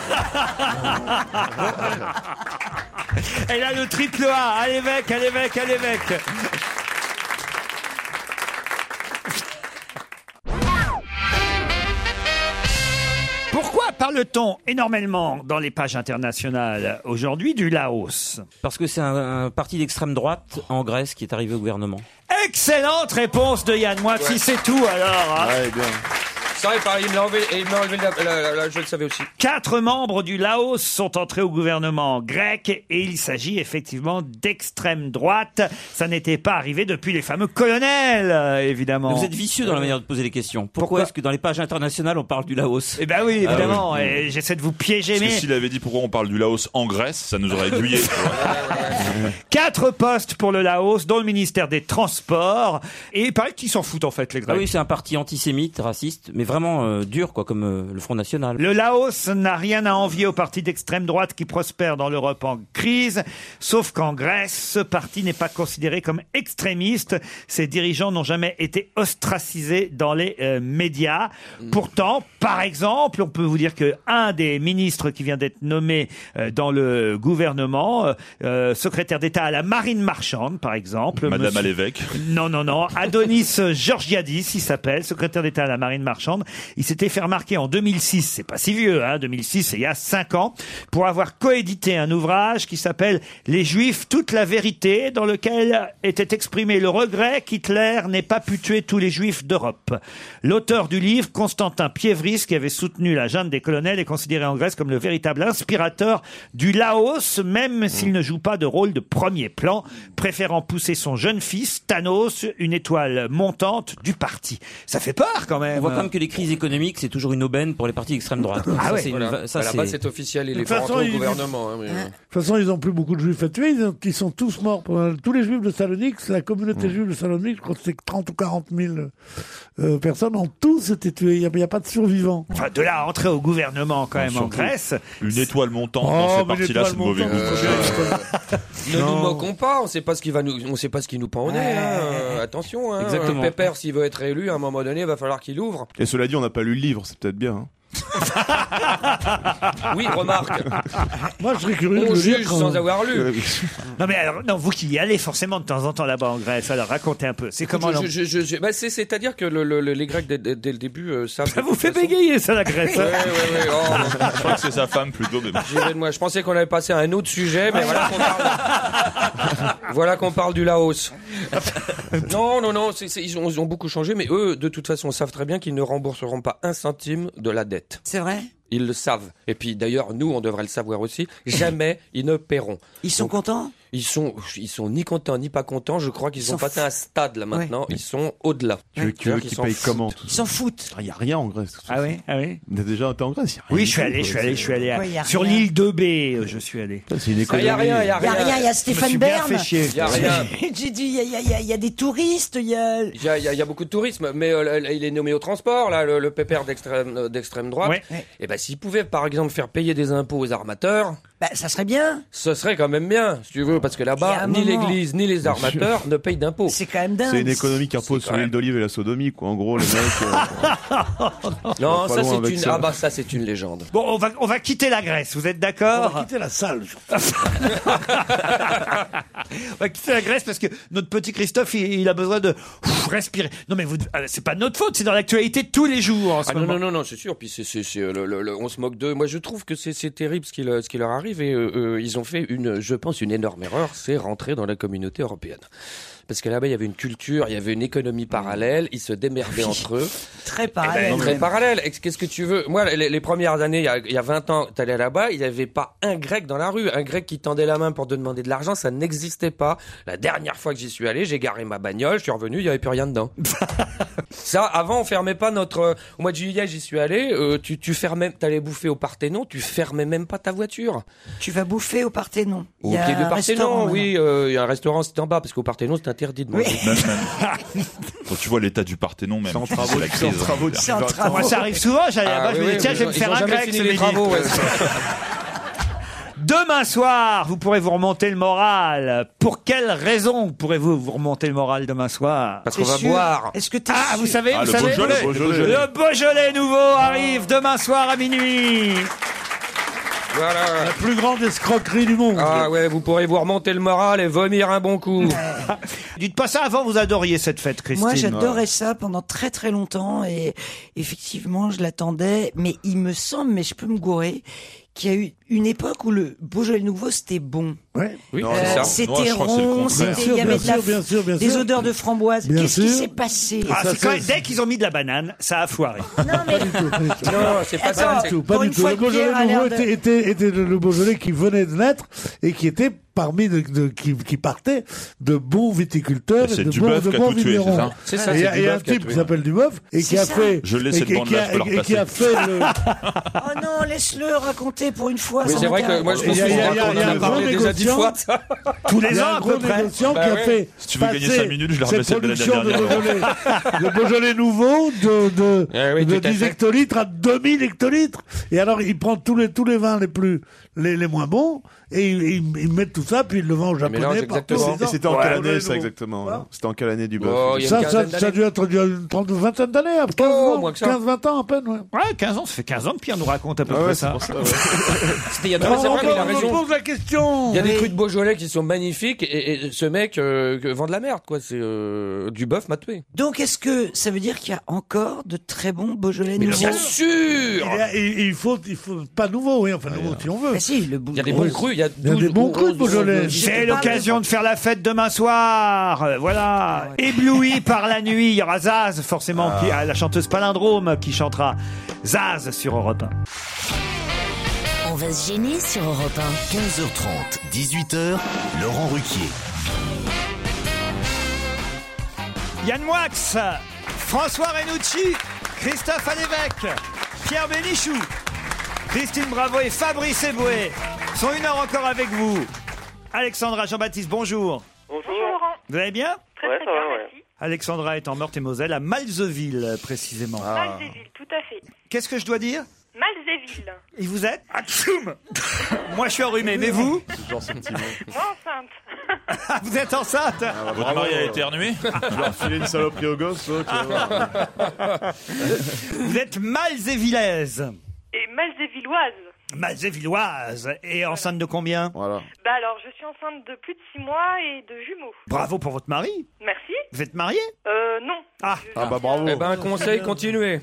Elle a le triple A. Allez, mec. Pourquoi parle-t-on énormément dans les pages internationales aujourd'hui du Laos? Parce que c'est un parti d'extrême droite en Grèce qui est arrivé au gouvernement. Excellente réponse de Yann Moix. Si c'est tout, alors. Hein. Ouais, bien. Ça, il me l'a enlevé, je le savais aussi. 4 membres du Laos sont entrés au gouvernement grec et il s'agit effectivement d'extrême droite. Ça n'était pas arrivé depuis les fameux colonels, évidemment. Mais vous êtes vicieux dans la manière de poser les questions. Pourquoi est-ce que dans les pages internationales on parle du Laos? Eh ben oui, évidemment. Ah oui. Et j'essaie de vous piéger, Parce que mais s'il avait dit pourquoi on parle du Laos en Grèce, ça nous aurait aiguillé. 4 postes pour le Laos, dont le ministère des Transports. Et il paraît qu'ils s'en foutent en fait, les Ah Grecs. oui, c'est un parti antisémite, raciste, mais vraiment dur, quoi, comme le Front National. Le Laos n'a rien à envier au parti d'extrême droite qui prospère dans l'Europe en crise, sauf qu'en Grèce, ce parti n'est pas considéré comme extrémiste. Ses dirigeants n'ont jamais été ostracisés dans les médias. Pourtant, par exemple, on peut vous dire que un des ministres qui vient d'être nommé dans le gouvernement, secrétaire d'État à la marine marchande, par exemple. Madame à l'évêque. Non. Adonis Georgiadis, il s'appelle, secrétaire d'État à la marine marchande. Il s'était fait remarquer en 2006, c'est pas si vieux, 2006, c'est il y a 5 ans, pour avoir coédité un ouvrage qui s'appelle « Les Juifs, toute la vérité », dans lequel était exprimé le regret qu'Hitler n'ait pas pu tuer tous les Juifs d'Europe. L'auteur du livre, Constantin Pievris, qui avait soutenu la junte des colonels, est considéré en Grèce comme le véritable inspirateur du Laos, même s'il ne joue pas de rôle de premier plan, préférant pousser son jeune fils, Thanos, une étoile montante du parti. Ça fait peur quand même. On voit quand même que les crises économiques, c'est toujours une aubaine pour les partis d'extrême droite. Ah ça, ouais. c'est Voilà. ça, À la c'est- base, c'est officiel, il De est toute pas façon, rentré au il- gouvernement. Hein, mais... De toute façon, ils n'ont plus beaucoup de juifs à tuer. Ils sont tous morts. Tous les juifs de Salonique, la communauté juive de Salonique, je crois que c'est 30 ou 40 000 personnes, ont tous été tués. Il n'y a pas de survivants. Enfin, de là à entrer au gouvernement quand même en Surtout, Grèce. Une étoile montante Oh, dans ces mais parties-là, l'étoile c'est de mauvais montante, goût. Ne nous moquons pas, on sait pas ce qui va nous, on sait pas ce qui nous pend au nez. Attention, Exactement. Pépère, s'il veut être élu, à un moment donné, il va falloir qu'il ouvre. Et cela dit, on n'a pas lu le livre, c'est peut-être bien. Hein. Oui, remarque. Moi, je serais curieux On de juge dire sans avoir lu. Non mais alors, non, vous qui y allez forcément de temps en temps là-bas en Grèce, alors racontez un peu. C'est comment c'est-à-dire que les Grecs dès le début savent. Ça vous fait bégayer ça la Grèce. Ouais. Je crois que c'est sa femme plutôt. Mais... Je pensais qu'on avait passé à un autre sujet, mais voilà qu'on parle du Laos. Non, ils ont beaucoup changé, mais eux, de toute façon, savent très bien qu'ils ne rembourseront pas un centime de la dette. C'est vrai? Ils le savent. Et puis d'ailleurs, nous, on devrait le savoir aussi. Jamais ils ne paieront. Ils sont contents? Ils sont ni contents ni pas contents. Je crois qu'ils ont passé un stade là maintenant. Ouais. Ils sont au-delà. Tu veux qu'ils payent comment tout ça? Ils s'en foutent. Il n'y a rien en Grèce. Ah oui. On a déjà été en Grèce. Oui, je suis allé sur l'île de B. Je suis allé. C'est une économie. Il y a rien. Il y a Stéphane Bern. Il y a rien. J'ai dit il y a des touristes. Il y a beaucoup de tourisme, mais il est nommé au transport là, le pépère d'extrême droite. Ouais. Et ben s'il pouvait par exemple faire payer des impôts aux armateurs. Ça serait bien. Ce serait quand même bien, si tu veux, parce que là-bas, ni l'église, ni les armateurs ne payent d'impôts. C'est quand même dingue. C'est une économie qui repose sur l'huile d'olive et la sodomie, quoi. En gros, les mecs. Non, ça c'est une légende. Bon, on va quitter la Grèce, vous êtes d'accord? On va quitter la salle. On va quitter la Grèce parce que notre petit Christophe, il a besoin de respirer. Non, mais c'est pas notre faute, c'est dans l'actualité de tous les jours en ce moment. Non, c'est sûr. Puis on se moque d'eux. Moi, je trouve que c'est terrible ce qui leur arrive. Et ils ont fait je pense, une énorme erreur, c'est rentrer dans la communauté européenne. Parce que là-bas, il y avait une culture, il y avait une économie parallèle, ils se démerdaient entre eux. Très parallèle. Très parallèle. Qu'est-ce que tu veux? Moi, les premières années, il y a 20 ans, t'allais là-bas, il n'y avait pas un Grec dans la rue. Un Grec qui tendait la main pour te demander de l'argent, ça n'existait pas. La dernière fois que j'y suis allé, j'ai garé ma bagnole, je suis revenu, il n'y avait plus rien dedans. Ça, avant, on fermait pas au mois de juillet, j'y suis allé, tu fermais, t'allais bouffer au Parthénon, tu fermais même pas ta voiture. Tu vas bouffer au Parthénon? Au pied du Parthénon, oui, il y a un restaurant, c'était en bas, parce qu'au Parthénon, c'est interdit de manger. Oui. Même. Quand tu vois l'état du Parthénon, même. C'est en travaux. Moi, ça arrive souvent, j'allais là-bas, je me dis, tiens, je vais me faire un grec, les travaux, Demain soir, vous pourrez vous remonter le moral. Pour quelle raison pourrez-vous vous remonter le moral demain soir? Parce qu'on va boire. Est-ce que vous savez, le Beaujolais. Le Beaujolais nouveau arrive demain soir à minuit. Voilà. La plus grande escroquerie du monde. Ah ouais, vous pourrez vous remonter le moral et vomir un bon coup. Dites pas ça avant, vous adoriez cette fête, Christine. Moi, j'adorais ça pendant très très longtemps et effectivement, je l'attendais. Mais il me semble, mais je peux me gourer, qu'il y a eu une époque où le Beaujolais nouveau c'était bon. Ouais. Oui, c'est ça. C'était rond, il y avait des odeurs de framboise. Qu'est-ce qui s'est passé? Dès qu'ils ont mis de la banane, ça a foiré. Non mais non, c'est pas ça. Pas du tout. Le Beaujolais nouveau était le Beaujolais qui venait de naître et qui était parmi qui partait de bons viticulteurs et de bons vignerons. C'est ça. Il y a un type qui s'appelle Duboeuf et qui a fait. Je laisse cette bande-là, je peux leur qui a fait le. Oh non, laisse-le raconter pour une fois. Mais c'est vrai que moi je pense qu'on en a parlé déjà 10 fois. Tous les ans à peu près. Qui a fait. Si tu veux gagner 5 minutes, je leur remets celle de l'année dernière. Le Beaujolais nouveau de 10 hectolitres à 2000 hectolitres. Et alors il prend tous les vins les moins bons et ils mettent tout ça puis ils le vendent au Japonais. Et c'était en quelle année ça exactement? C'était en quelle année du bœuf? Ça a dû être une vingtaine d'années, 15-20 ans à peine. Ouais, 15 ans, ça fait 15 ans que Pierre nous raconte à peu près ça. C'est vrai qu'il a raison. On pose la question. Il y a des trucs de Beaujolais qui sont magnifiques et ce mec vend de la merde, quoi. C'est du bœuf m'a tué. Donc est-ce que ça veut dire qu'il y a encore de très bons Beaujolais nouveaux? Bien sûr. Il faut pas nouveau, oui, enfin nouveau si on veut. Il y a des bons crus, il y a des bons crus de Beaujolais. C'est l'occasion de faire la fête demain soir. Voilà. Ébloui par la nuit, il y aura Zaz forcément, la chanteuse palindrome qui chantera Zaz sur Europe 1. On va se gêner sur Europe 1. 15h30, 18h, Laurent Ruquier. Yann Moix, François Renucci, Christophe Alévèque, Pierre Bénichou, Christine Bravo et Fabrice Eboué sont une heure encore avec vous. Alexandra, Jean-Baptiste, bonjour. Bonjour. Vous allez bien? Très bien, merci. Alexandra est en Meurthe-et-Moselle, à Malzeville précisément. Malzeville, tout à fait. Qu'est-ce que je dois dire? Malzeville. Et vous êtes? Atchoum. Moi je suis enrhumé, mais vous? Moi enceinte. Vous êtes enceinte? Votre mari a éternué? Je vais refiler une saloperie au gosse. Vous êtes malzévillaise. Malzévilloise. Malzévilloise. Et enceinte de combien? Voilà. Bah alors, je suis enceinte de plus de 6 mois et de jumeaux. Bravo pour votre mari. Merci. Vous êtes marié? Non. Ah bah bravo. Eh ben, un conseil, continuez.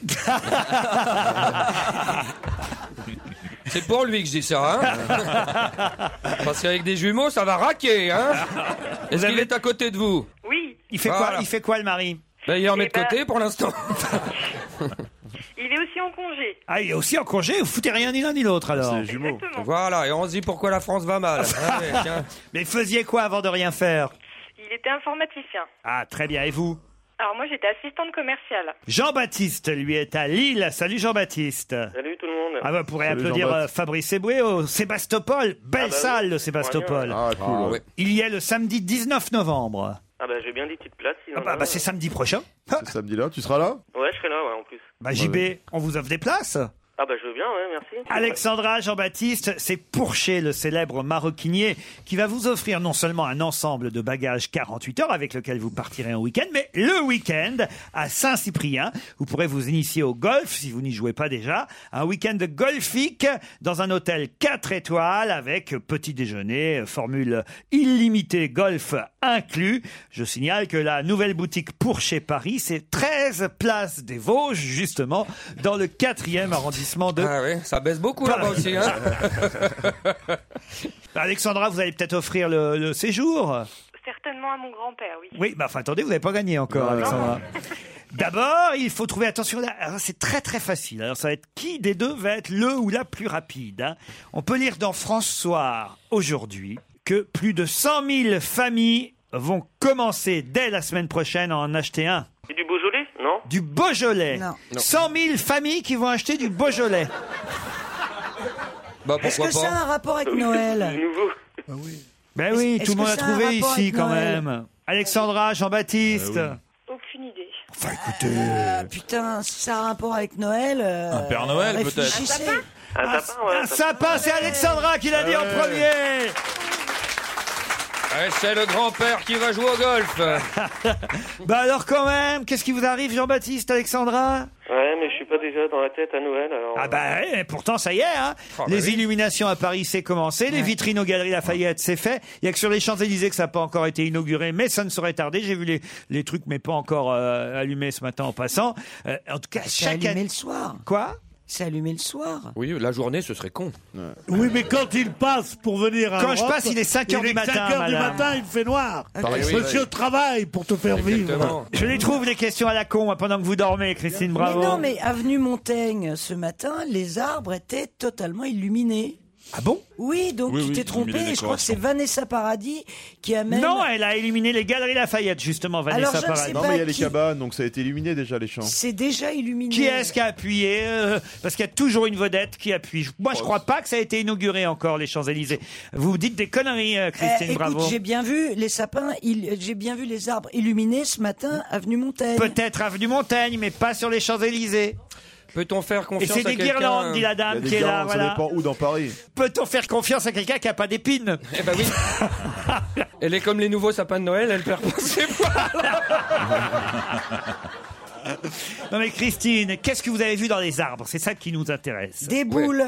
C'est pour lui que je dis ça, hein. Parce qu'avec des jumeaux, ça va raquer, hein. Est-ce qu'il est à côté de vous? Oui. Il fait quoi? Il fait quoi, le mari? Ben, il en met de côté pour l'instant. Il est aussi en congé. Ah, il est aussi en congé? Vous foutez rien ni l'un ni l'autre, alors? C'est jumeaux. Voilà, et on se dit pourquoi la France va mal. Allez, tiens. Mais faisiez quoi avant de rien faire? Il était informaticien. Ah, très bien. Et vous? Alors moi, j'étais assistante commerciale. Jean-Baptiste, lui, est à Lille. Salut, Jean-Baptiste. Salut tout le monde. Ah bah, vous pourrez Salut, applaudir Jean-Baptiste. Fabrice Eboué au Sébastopol. Belle salle, oui. le Sébastopol. Ah, cool. Ouais. Il y est le samedi 19 novembre. Ah bah j'ai bien des petites places. C'est samedi prochain. C'est samedi là, tu seras là? Ouais, je serai là, ouais, en plus. Bah, JB, on vous offre des places. Ah bah je veux bien, ouais, merci. Alexandra, Jean-Baptiste, c'est Pourchet, le célèbre maroquinier, qui va vous offrir non seulement un ensemble de bagages 48 heures avec lequel vous partirez en week-end, mais le week-end à Saint-Cyprien. Vous pourrez vous initier au golf si vous n'y jouez pas déjà. Un week-end golfique dans un hôtel 4 étoiles avec petit déjeuner, formule illimitée golf inclus. Je signale que la nouvelle boutique Pourchet Paris, c'est 13 place des Vosges, justement, dans le 4e arrondissement de... Ah oui, ça baisse beaucoup là-bas aussi, hein. Alexandra, vous allez peut-être offrir le séjour? Certainement à mon grand-père, oui. Oui, bah enfin, attendez, vous n'avez pas gagné encore, Alexandra. D'abord, il faut trouver, attention, là, alors, c'est très très facile. Alors ça va être qui des deux va être le ou la plus rapide, hein. On peut lire dans France Soir aujourd'hui que plus de 100 000 familles vont commencer dès la semaine prochaine à en acheter un. C'est du Beaujolais, non? Du Beaujolais. Non. 100 000 familles qui vont acheter du Beaujolais. Bah, Est-ce que ça a un rapport avec Noël? Nouveau. Ben oui, Est-ce tout le monde que a ça a un trouvé rapport ici avec quand Noël? même. Alexandra, Jean-Baptiste. Aucune idée. Enfin écoutez. Putain, si ça a un rapport avec Noël... Un Père Noël, peut-être. réfléchissez. Un sapin, ouais. Un sapin, c'est Alexandra qui l'a dit en premier. Ouais, c'est le grand-père qui va jouer au golf. Bah alors quand même, qu'est-ce qui vous arrive, Jean-Baptiste, Alexandra? Ouais, mais je suis pas déjà dans la tête à Noël, alors... Ah bah ouais, pourtant ça y est, hein. Oh, bah Les oui. illuminations à Paris, c'est commencé. Les vitrines aux Galeries Lafayette, c'est fait. Il y a que sur les Champs-Élysées que ça n'a pas encore été inauguré, mais ça ne saurait tarder. J'ai vu les trucs, mais pas encore allumés ce matin en passant. En tout cas, C'est chaque allumé année... le soir. Quoi? C'est allumé le soir. Oui, la journée, ce serait con. Oui, mais quand il passe pour venir à Quand je Europe, passe, il est 5 heures du matin, 5 heures du madame. matin, il fait noir. oui, Monsieur travaille pour te faire vivre. Exactement. Je les trouve des questions à la con pendant que vous dormez, Christine Bravo. Mais non, mais avenue Montaigne, ce matin, les arbres étaient totalement illuminés. Ah bon? Oui, donc Oui, tu oui, t'es ils ont mis trompé. les Je crois que c'est décorations. Vanessa Paradis qui a même... Non, elle a éliminé les Galeries Lafayette, justement, Vanessa Alors, je ne Paradis. sais Non, pas mais il y a les qui- cabanes, donc ça a été illuminé déjà, les champs. C'est déjà illuminé. Qui est-ce qui a appuyé Parce qu'il y a toujours une vedette qui appuie. Moi, je crois pas que ça a été inauguré encore, les Champs-Élysées. Vous dites des conneries, Christine Écoute, Bravo. j'ai bien vu les sapins, j'ai bien vu les arbres illuminés ce matin, avenue Montaigne. Peut-être avenue Montaigne, mais pas sur les Champs-Élysées. Peut-on faire Et confiance c'est à des quelqu'un guirlandes, dit la Il y a dame des qui est là. guirlandes, ça Voilà. dépend où dans Paris. Peut-on faire confiance à quelqu'un qui a pas d'épines? Eh ben oui. Elle est comme les nouveaux sapins de Noël, elle perd pas ses poils. Non mais Christine, qu'est-ce que vous avez vu dans les arbres? C'est ça qui nous intéresse. Des boules.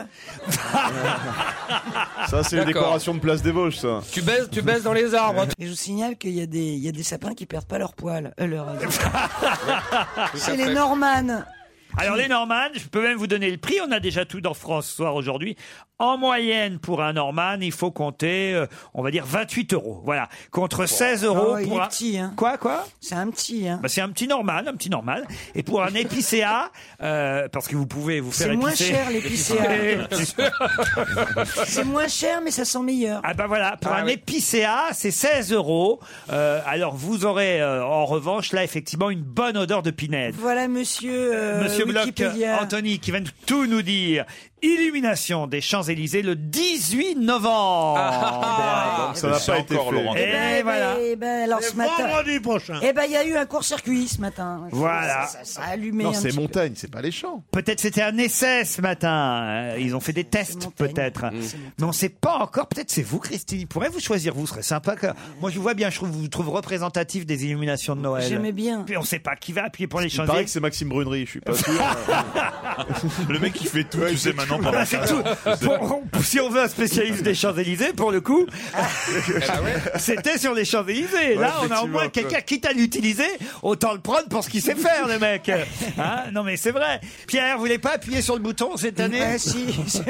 Ça, c'est les D'accord. décorations de Place des Vosges, ça. Tu baisses dans les arbres. Et je vous signale qu'il y a des sapins qui perdent pas leurs poils. Tout C'est à les fait. Normannes. Alors les Normannes, je peux même vous donner le prix. On a déjà tout dans France Soir aujourd'hui. En moyenne, pour un Norman, il faut compter, on va dire 28 €. Voilà. Contre 16 € Oh, il pour est un... petit, hein. Quoi? C'est un petit, hein. Bah, c'est un petit normal. Et pour un épicéa, parce que vous pouvez vous faire C'est moins épicer. cher, l'épicéa. C'est moins cher, mais ça sent meilleur. Ah bah voilà, pour un oui. épicéa, c'est 16 €. Alors vous aurez en revanche là effectivement une bonne odeur de pinède. Voilà, monsieur Bloch, Wikipédia. Anthony, qui vient de tout nous dire. Illumination des Champs-Élysées le 18 novembre. Donc ça n'a C'est pas été encore, fait. Laurent. Et voilà. Alors ce matin, Vendredi prochain. il y a eu un court-circuit ce matin. Voilà. Ça a allumé Non, un c'est petit peu. montagne, c'est pas les champs. Peut-être c'était un essai ce matin. Ils ont fait des tests Montaigne. peut-être. Mais on sait pas encore. Peut-être c'est vous, Christine. Il pourrait vous choisir. Vous serez sympa. Moi je vous vois bien. Je vous trouve représentatif des illuminations de Noël. J'aimais bien. Puis on sait pas qui va appuyer pour les Il paraît Champs-Élysées. que c'est Maxime Brunery, je suis pas sûr. Le mec qui fait tout, tu sais, maintenant pendant Ah, c'est tout. Si on veut un spécialiste des Champs-Élysées, pour le coup, c'était sur les Champs-Élysées. Là, on a au moins quelqu'un, quitte à l'utiliser, autant le prendre pour ce qu'il sait faire, le mec. Hein, non, mais c'est vrai. Pierre, vous voulez pas appuyer sur le bouton cette année? Si.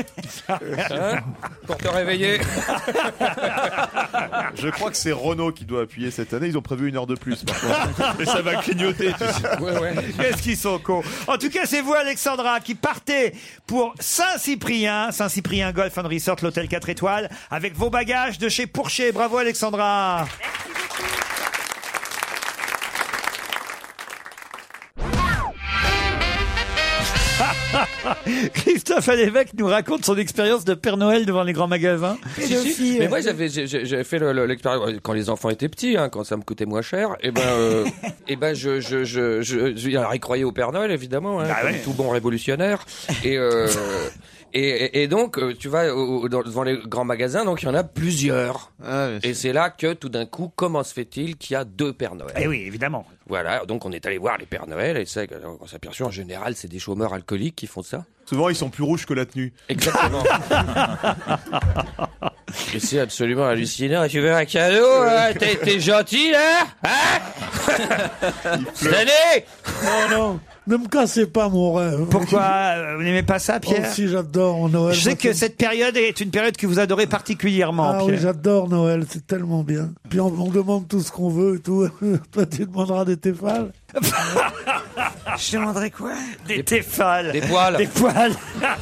Pour te réveiller. Je crois que c'est Renault qui doit appuyer cette année. Ils ont prévu 1 heure de plus, par contre. Mais ça va clignoter, tu sais. Ouais. Qu'est-ce qu'ils sont cons. En tout cas, c'est vous, Alexandra, qui partez pour Saint-Cyprien Golf and Resort, l'hôtel 4 étoiles, avec vos bagages de chez Pourchet. Bravo, Alexandra. Christophe Alévèque nous raconte son expérience de Père Noël devant les grands magasins. Si. Mais moi, j'avais fait l'expérience quand les enfants étaient petits, hein, quand ça me coûtait moins cher. Il y croyait au Père Noël, évidemment, hein, comme tout bon révolutionnaire. Et donc, tu vas devant les grands magasins, donc il y en a plusieurs. Et c'est là que, tout d'un coup, comment se fait-il qu'il y a 2 Pères Noël? Eh oui, évidemment. Voilà, donc on est allé voir les Pères Noël, et c'est on s'est aperçu, en général, c'est des chômeurs alcooliques qui font ça. Souvent, ils sont plus rouges que la tenue. Exactement. Et c'est absolument hallucinant. Tu veux un cadeau, hein? T'es gentil, là? Hein? Cette année? Non. Ne me cassez pas mon rêve. Pourquoi vous n'aimez pas ça, Pierre? Oh, si, j'adore Noël. Je sais que cette période est une période que vous adorez particulièrement, Ah Pierre. oui, j'adore Noël, c'est tellement bien. Puis on demande tout ce qu'on veut et tout. Toi, tu demanderas des téfales. Je demanderais quoi? Des téfales. Des poils. Des poils.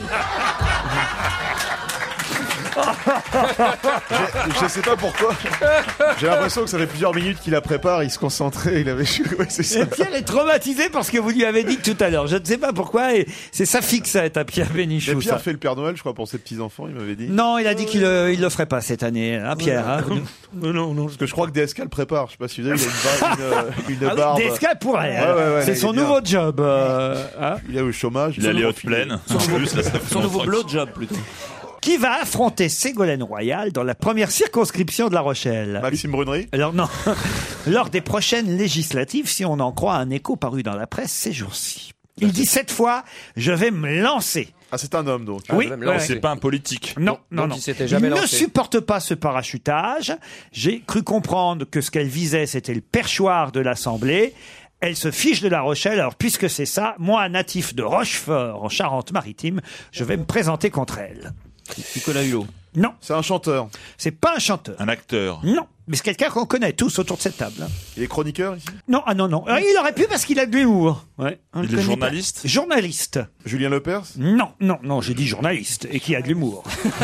Je sais pas pourquoi. J'ai l'impression que ça fait plusieurs minutes qu'il la prépare, il se concentrait, il avait... Ouais, c'est ça. Et Pierre est traumatisé par ce que vous lui avez dit tout à l'heure. Je ne sais pas pourquoi, et c'est sa fixette à Pierre Bénichou. Mais Pierre ça. fait le Père Noël, je crois, pour ses petits-enfants, il m'avait dit. Non, il a dit qu'il le ferait pas cette année, hein, Pierre. Hein. Non, parce que je crois que DSK le prépare. Je sais pas si vous avez, il a une barbe. DSK pourrait. Ouais, c'est son nouveau job. Hein. Il est au chômage. Il a les hautes plaines. Son nouveau blowjob, plutôt. Qui va affronter Ségolène Royal dans la première circonscription de La Rochelle? Maxime Brunery? Alors non, lors des prochaines législatives, si on en croit un écho paru dans la presse ces jours-ci. Il dit cette fois, je vais me lancer. Ah, c'est un homme donc. Oui, c'est pas un politique. Non. Il s'était jamais lancé. Ne supporte pas ce parachutage. J'ai cru comprendre que ce qu'elle visait, c'était le perchoir de l'Assemblée. Elle se fiche de La Rochelle. Alors, puisque c'est ça, moi, natif de Rochefort, en Charente-Maritime, je vais me présenter contre elle. Nicolas Hulot. Non. C'est un chanteur. C'est pas un chanteur. Un acteur. Non. Mais c'est quelqu'un qu'on connaît tous autour de cette table. Il est chroniqueur ici? Non, non. Il aurait pu parce qu'il a de l'humour. Ouais. Il est journaliste? Journaliste. Julien Lepers? Non, j'ai dit journaliste et qui a de l'humour.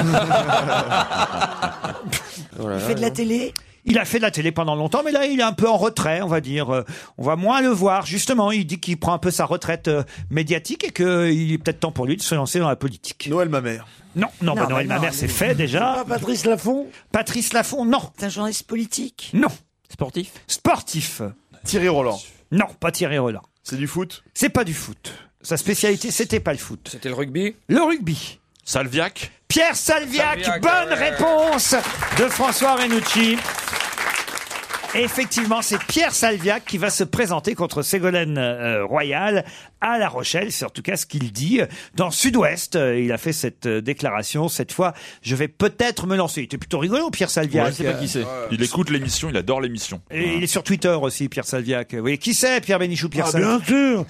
Il fait de la télé? Il a fait de la télé pendant longtemps, mais là, il est un peu en retrait, on va dire. On va moins le voir. Justement, il dit qu'il prend un peu sa retraite médiatique et qu'il est peut-être temps pour lui de se lancer dans la politique. Noël Mamère. Non, Noël Mamère, c'est fait déjà. Pas Patrice Laffont? Patrice Laffont, non. C'est un journaliste politique? Non. Sportif. Thierry Roland. Non, pas Thierry Roland. C'est du foot? C'est pas du foot. Sa spécialité, c'était pas le foot. C'était le rugby? Le rugby. Salviac? Pierre Salviac, bonne réponse de François Renucci. Et effectivement, c'est Pierre Salviac qui va se présenter contre Ségolène Royal à La Rochelle. C'est en tout cas ce qu'il dit. Dans Sud-Ouest, il a fait cette déclaration. Cette fois, je vais peut-être me lancer. Il était plutôt rigolo, Pierre Salviac. Ouais, je sais pas qui c'est. Il écoute l'émission, il adore l'émission. Et il est sur Twitter aussi, Pierre Salviac. Vous voyez qui c'est, Pierre Bénichou, Pierre Salviac? Bien sûr.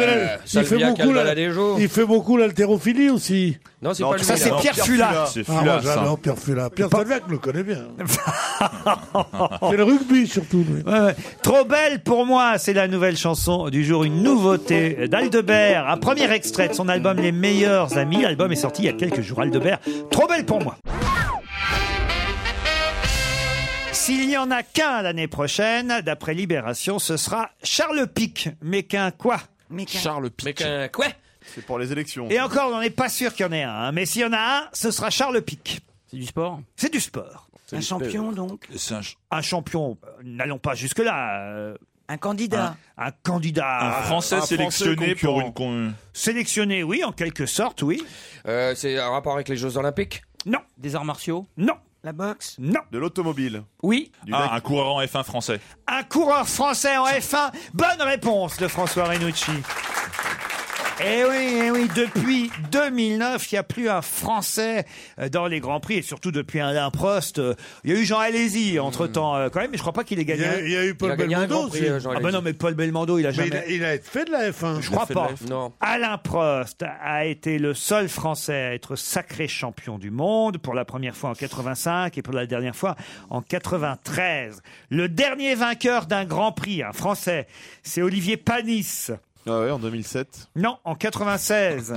Il fait beaucoup l'haltérophilie aussi. Non, c'est pas lui. Ça, c'est Pierre Fula. C'est Moi, Fula, j'adore Pierre Fula. Pierre Salviac le connaît bien. C'est le rugby surtout. Lui. Ouais. Trop belle pour moi, c'est la nouvelle chanson du jour, une nouveauté d'Aldebert, un premier extrait de son album Les Meilleurs Amis. L'album est sorti il y a quelques jours. Aldebert, trop belle pour moi. S'il n'y en a qu'un l'année prochaine, d'après Libération, ce sera Charles Pic. Mais qu'un quoi? Charles Pic. Mais qu'un quoi? C'est pour les élections. Et encore, on n'est pas sûr qu'il y en ait un. Hein. Mais s'il y en a un, ce sera Charles Pic. C'est du sport? C'est du sport. Un champion, donc? Un champion, n'allons pas jusque-là. Un candidat? Un candidat. Un Français sélectionné pour une... Sélectionné, oui, en quelque sorte, oui. C'est un rapport avec les Jeux Olympiques? Non. Des arts martiaux? Non. La boxe? Non. De l'automobile? Oui. un coureur en F1 français? Un coureur français en F1. Bonne réponse de François Renucci. Eh oui, depuis 2009, il n'y a plus un Français dans les Grands Prix, et surtout depuis Alain Prost. Il y a eu Jean Alesi entre-temps quand même, mais je crois pas qu'il ait gagné. Il y a eu Paul Belmondo aussi. Ah ben non, mais Paul Belmondo, il a jamais... Il a fait de la F1. Je crois pas. Non. Alain Prost a été le seul Français à être sacré champion du monde pour la première fois en 85 et pour la dernière fois en 93. Le dernier vainqueur d'un Grand Prix, un Français, c'est Olivier Panis. Ah ouais, en 2007. Non, en 96.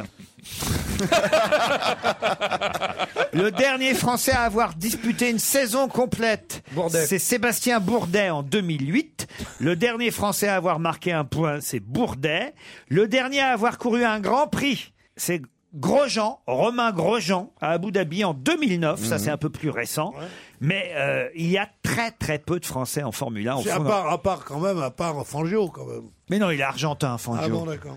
Le dernier Français à avoir disputé une saison complète, c'est Sébastien Bourdet en 2008. Le dernier Français à avoir marqué un point, c'est Bourdet. Le dernier à avoir couru un Grand Prix, c'est Grosjean, Romain Grosjean, à Abu Dhabi en 2009. Ça, c'est un peu plus récent. Ouais. Mais il y a très très peu de Français en Formule 1. C'est à part Fangio quand même. Mais non, il est argentin, Fangio. Ah bon, d'accord.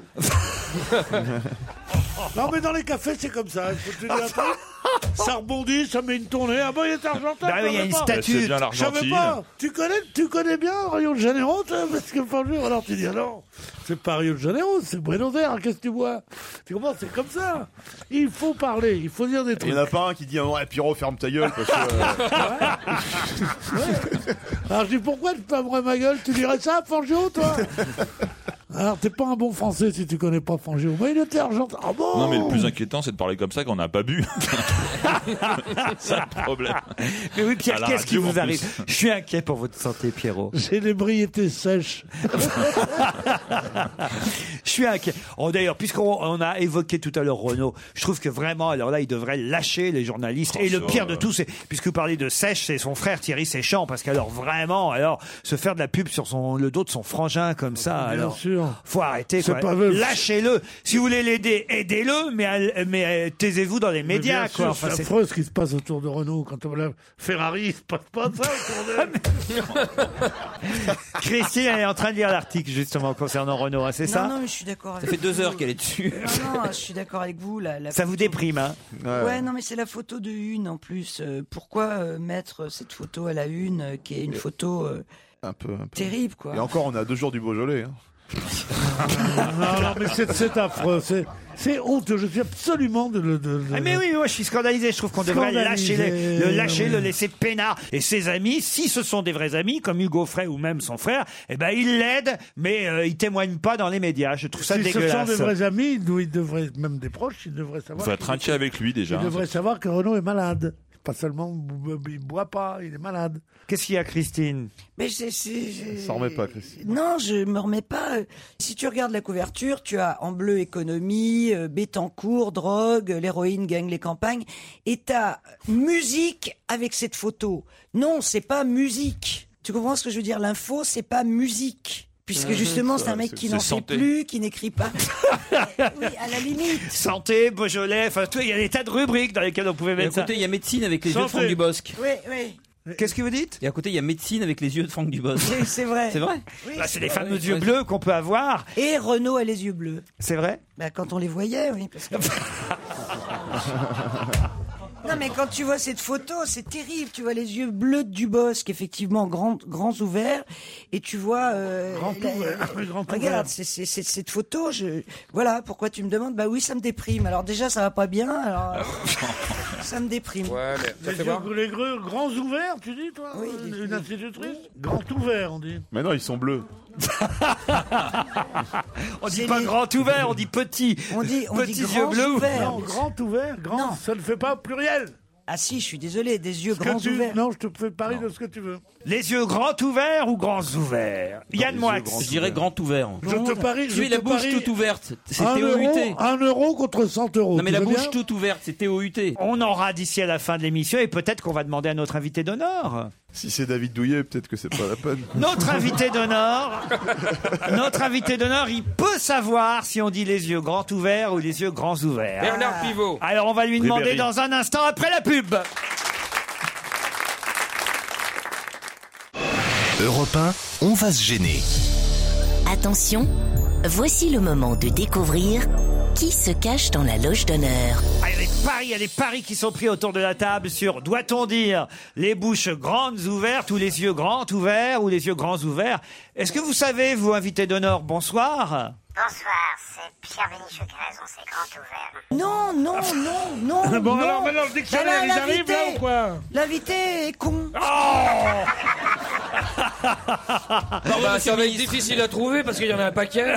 Non, mais dans les cafés, c'est comme ça. Ça rebondit, ça met une tournée. Ah bon, il est argentin. Bah oui, il y a une statue. C'est bien l'Argentine. Je savais pas. Tu connais bien Rio de Janeiro, toi, parce que Fangio, alors tu dis, non, c'est pas Rio de Janeiro, c'est Buenos Aires, qu'est-ce que tu vois? Tu comprends, c'est comme ça. Il faut parler, il faut dire des trucs. Il n'y en a pas un qui dit, ouais, Pierrot, ferme ta gueule, parce que... Ouais. Alors je dis, pourquoi tu fermerais ma gueule? Tu dirais ça, Fangio, toi? Alors, t'es pas un bon Français si tu connais pas Fangio. Mais il était argentin. Ah bon? Non, mais le plus inquiétant, c'est de parler comme ça quand on n'a pas bu. C'est le problème. Mais oui, Pierre, qu'est-ce qui vous arrive? Je suis inquiet pour votre santé, Pierrot. J'ai l'ébriété sèche. Je suis inquiet. Oh, d'ailleurs, puisqu'on a évoqué tout à l'heure Renaud, je trouve que vraiment, alors là, il devrait lâcher les journalistes. Et le pire de tout, c'est, puisque vous parlez de Sèche, c'est son frère Thierry Séchant, parce qu'alors vraiment, se faire de la pub sur le dos de son frangin comme ça, bien alors. Sûr. Faut arrêter, quoi. Lâchez-le. Si vous voulez l'aider, aidez-le, mais taisez-vous dans les médias, quoi. Enfin, c'est affreux ce qui se passe autour de Renault. Quand on la Ferrari, il se passe pas ça autour d'elle. Christine, elle est en train de lire l'article, justement, concernant Renault, hein, c'est ça? Non, mais je suis d'accord avec vous. Ça fait 2 vous. heures qu'elle est dessus. Non, je suis d'accord avec vous. Ça vous déprime, hein? Ouais, non, mais c'est la photo de une, en plus. Pourquoi mettre cette photo à la une, qui est une photo un peu terrible, quoi. Et encore, on a 2 jours du Beaujolais, hein. non, mais c'est affreux, c'est honteux. Je suis absolument mais oui, moi je suis scandalisé. Je trouve qu'on devrait le laisser peinard. Et ses amis, si ce sont des vrais amis, comme Hugo Frey ou même son frère, eh ben ils l'aident, mais ils témoignent pas dans les médias. Je trouve ça dégueulasse. Si ce sont des vrais amis, ils devraient, même des proches, ils devraient savoir. Il faut être inquiet avec lui déjà. Ils devraient savoir que Renaud est malade. Pas seulement, il boit pas, il est malade. Qu'est-ce qu'il y a, Christine? Mais ça remet pas, Christine. Non, je me remets pas. Si tu regardes la couverture, tu as en bleu économie, Bettencourt, drogue, l'héroïne gagne les campagnes, et t'as musique avec cette photo. Non, c'est pas musique. Tu comprends ce que je veux dire? L'info, c'est pas musique. Puisque justement, c'est un mec qui n'en fait plus, qui n'écrit pas. Oui, à la limite. Santé, Beaujolais, enfin, il y a des tas de rubriques dans lesquelles on pouvait mettre ça. À côté, il y a médecine avec les yeux de Franck Dubosc. Oui. Qu'est-ce que vous dites? Et à côté, il y a médecine avec les yeux de Franck Dubosc. Oui, c'est vrai. C'est vrai? Oui, c'est les fameux yeux bleus qu'on peut avoir. Et Renaud a les yeux bleus. C'est vrai? Quand on les voyait, oui. Parce que... Non, mais quand tu vois cette photo, c'est terrible. Tu vois les yeux bleus de Dubosc, effectivement, grands ouverts. Et tu vois... Regarde, c'est cette photo. Voilà, pourquoi tu me demandes? Bah oui, ça me déprime. Alors déjà, ça va pas bien. Alors, ça me déprime. Ouais, mais les grands ouverts, tu dis, toi? Oui, une institutrice? Grand ouvert, on dit. Mais non, ils sont bleus. On dit pas grand ouvert, on dit petit. On dit petits grand yeux bleus. Ouvert. Non, grand ouvert, non. Ça ne fait pas pluriel. Ah si, je suis désolé, des yeux grands ouverts. Non, je te fais parler de ce que tu veux. Les yeux grands ouverts ou grands ouverts? Yann Moix. Je dirais grand ouvert. Je te parie. Tu es la bouche toute ouverte. C'est TOUT. 1 euro contre 100 euros. Non mais la bouche toute ouverte, c'est TOUT. On aura d'ici à la fin de l'émission et peut-être qu'on va demander à notre invité d'honneur. Si c'est David Douillet, peut-être que c'est pas la peine. Notre invité d'honneur, il peut savoir si on dit les yeux grands ouverts ou les yeux grands ouverts. Bernard Pivot. Alors on va lui demander Ribéry. dans un instant après la pub. Europe 1, on va se gêner. Attention, voici le moment de découvrir qui se cache dans la loge d'honneur. Ah, il y a des paris qui sont pris autour de la table sur, doit-on dire, les bouches grandes ouvertes ou les yeux grands ouverts ou les yeux grands ouverts. Est-ce que vous savez, vous, invité d'honneur, bonsoir. Bonsoir, c'est Pierre Bénichou qui a raison, c'est grand ouvert. Non. Bon, non. alors maintenant, le dictionnaire, ils arrivent là ou quoi? L'invité est con. Ça va être difficile à trouver parce qu'il y en a un paquet.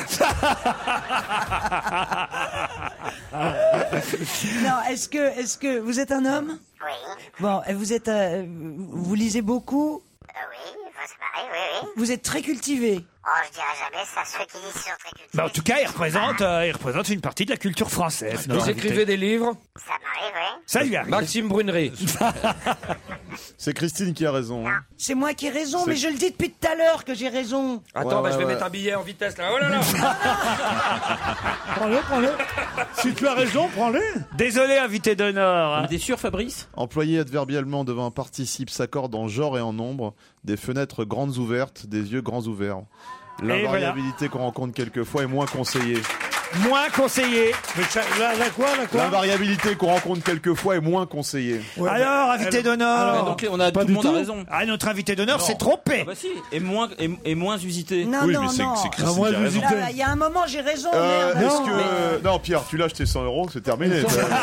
Non, est-ce que vous êtes un homme? Oui. Bon, vous lisez beaucoup? Oui, ça m'arrive, oui. Vous êtes très cultivé? Oh, je dirais jamais ça, ceux qui disent qu'ils sont très cultivés. En tout cas, il représente une partie de la culture française. Vous écrivez des livres? Ça m'arrive, oui. Ça lui arrive. Maxime Brunery. C'est Christine qui a raison. Hein. C'est moi qui ai raison, mais je le dis depuis tout à l'heure que j'ai raison. Attends, je vais mettre un billet en vitesse là. Oh là là. Prends-le. Si tu as raison, prends-le. Désolé, invité d'honneur. Vous êtes sûr, Fabrice? Employé adverbialement devant un participe s'accorde en genre et en nombre, des fenêtres grandes ouvertes, des yeux grands ouverts. L'invariabilité qu'on rencontre quelquefois est moins conseillée. Moins conseillé. Mais la quoi? L'invariabilité qu'on rencontre quelquefois est moins conseillée. Ouais, alors, invité d'honneur. Donc, tout le monde a raison. Ah, notre invité d'honneur s'est trompé. Ah bah si, et moins usité. Non. C'est Christine qui a raison. Il y a un moment, j'ai raison. Merde. Non, Pierre, tu lâches tes 100 €, c'est terminé.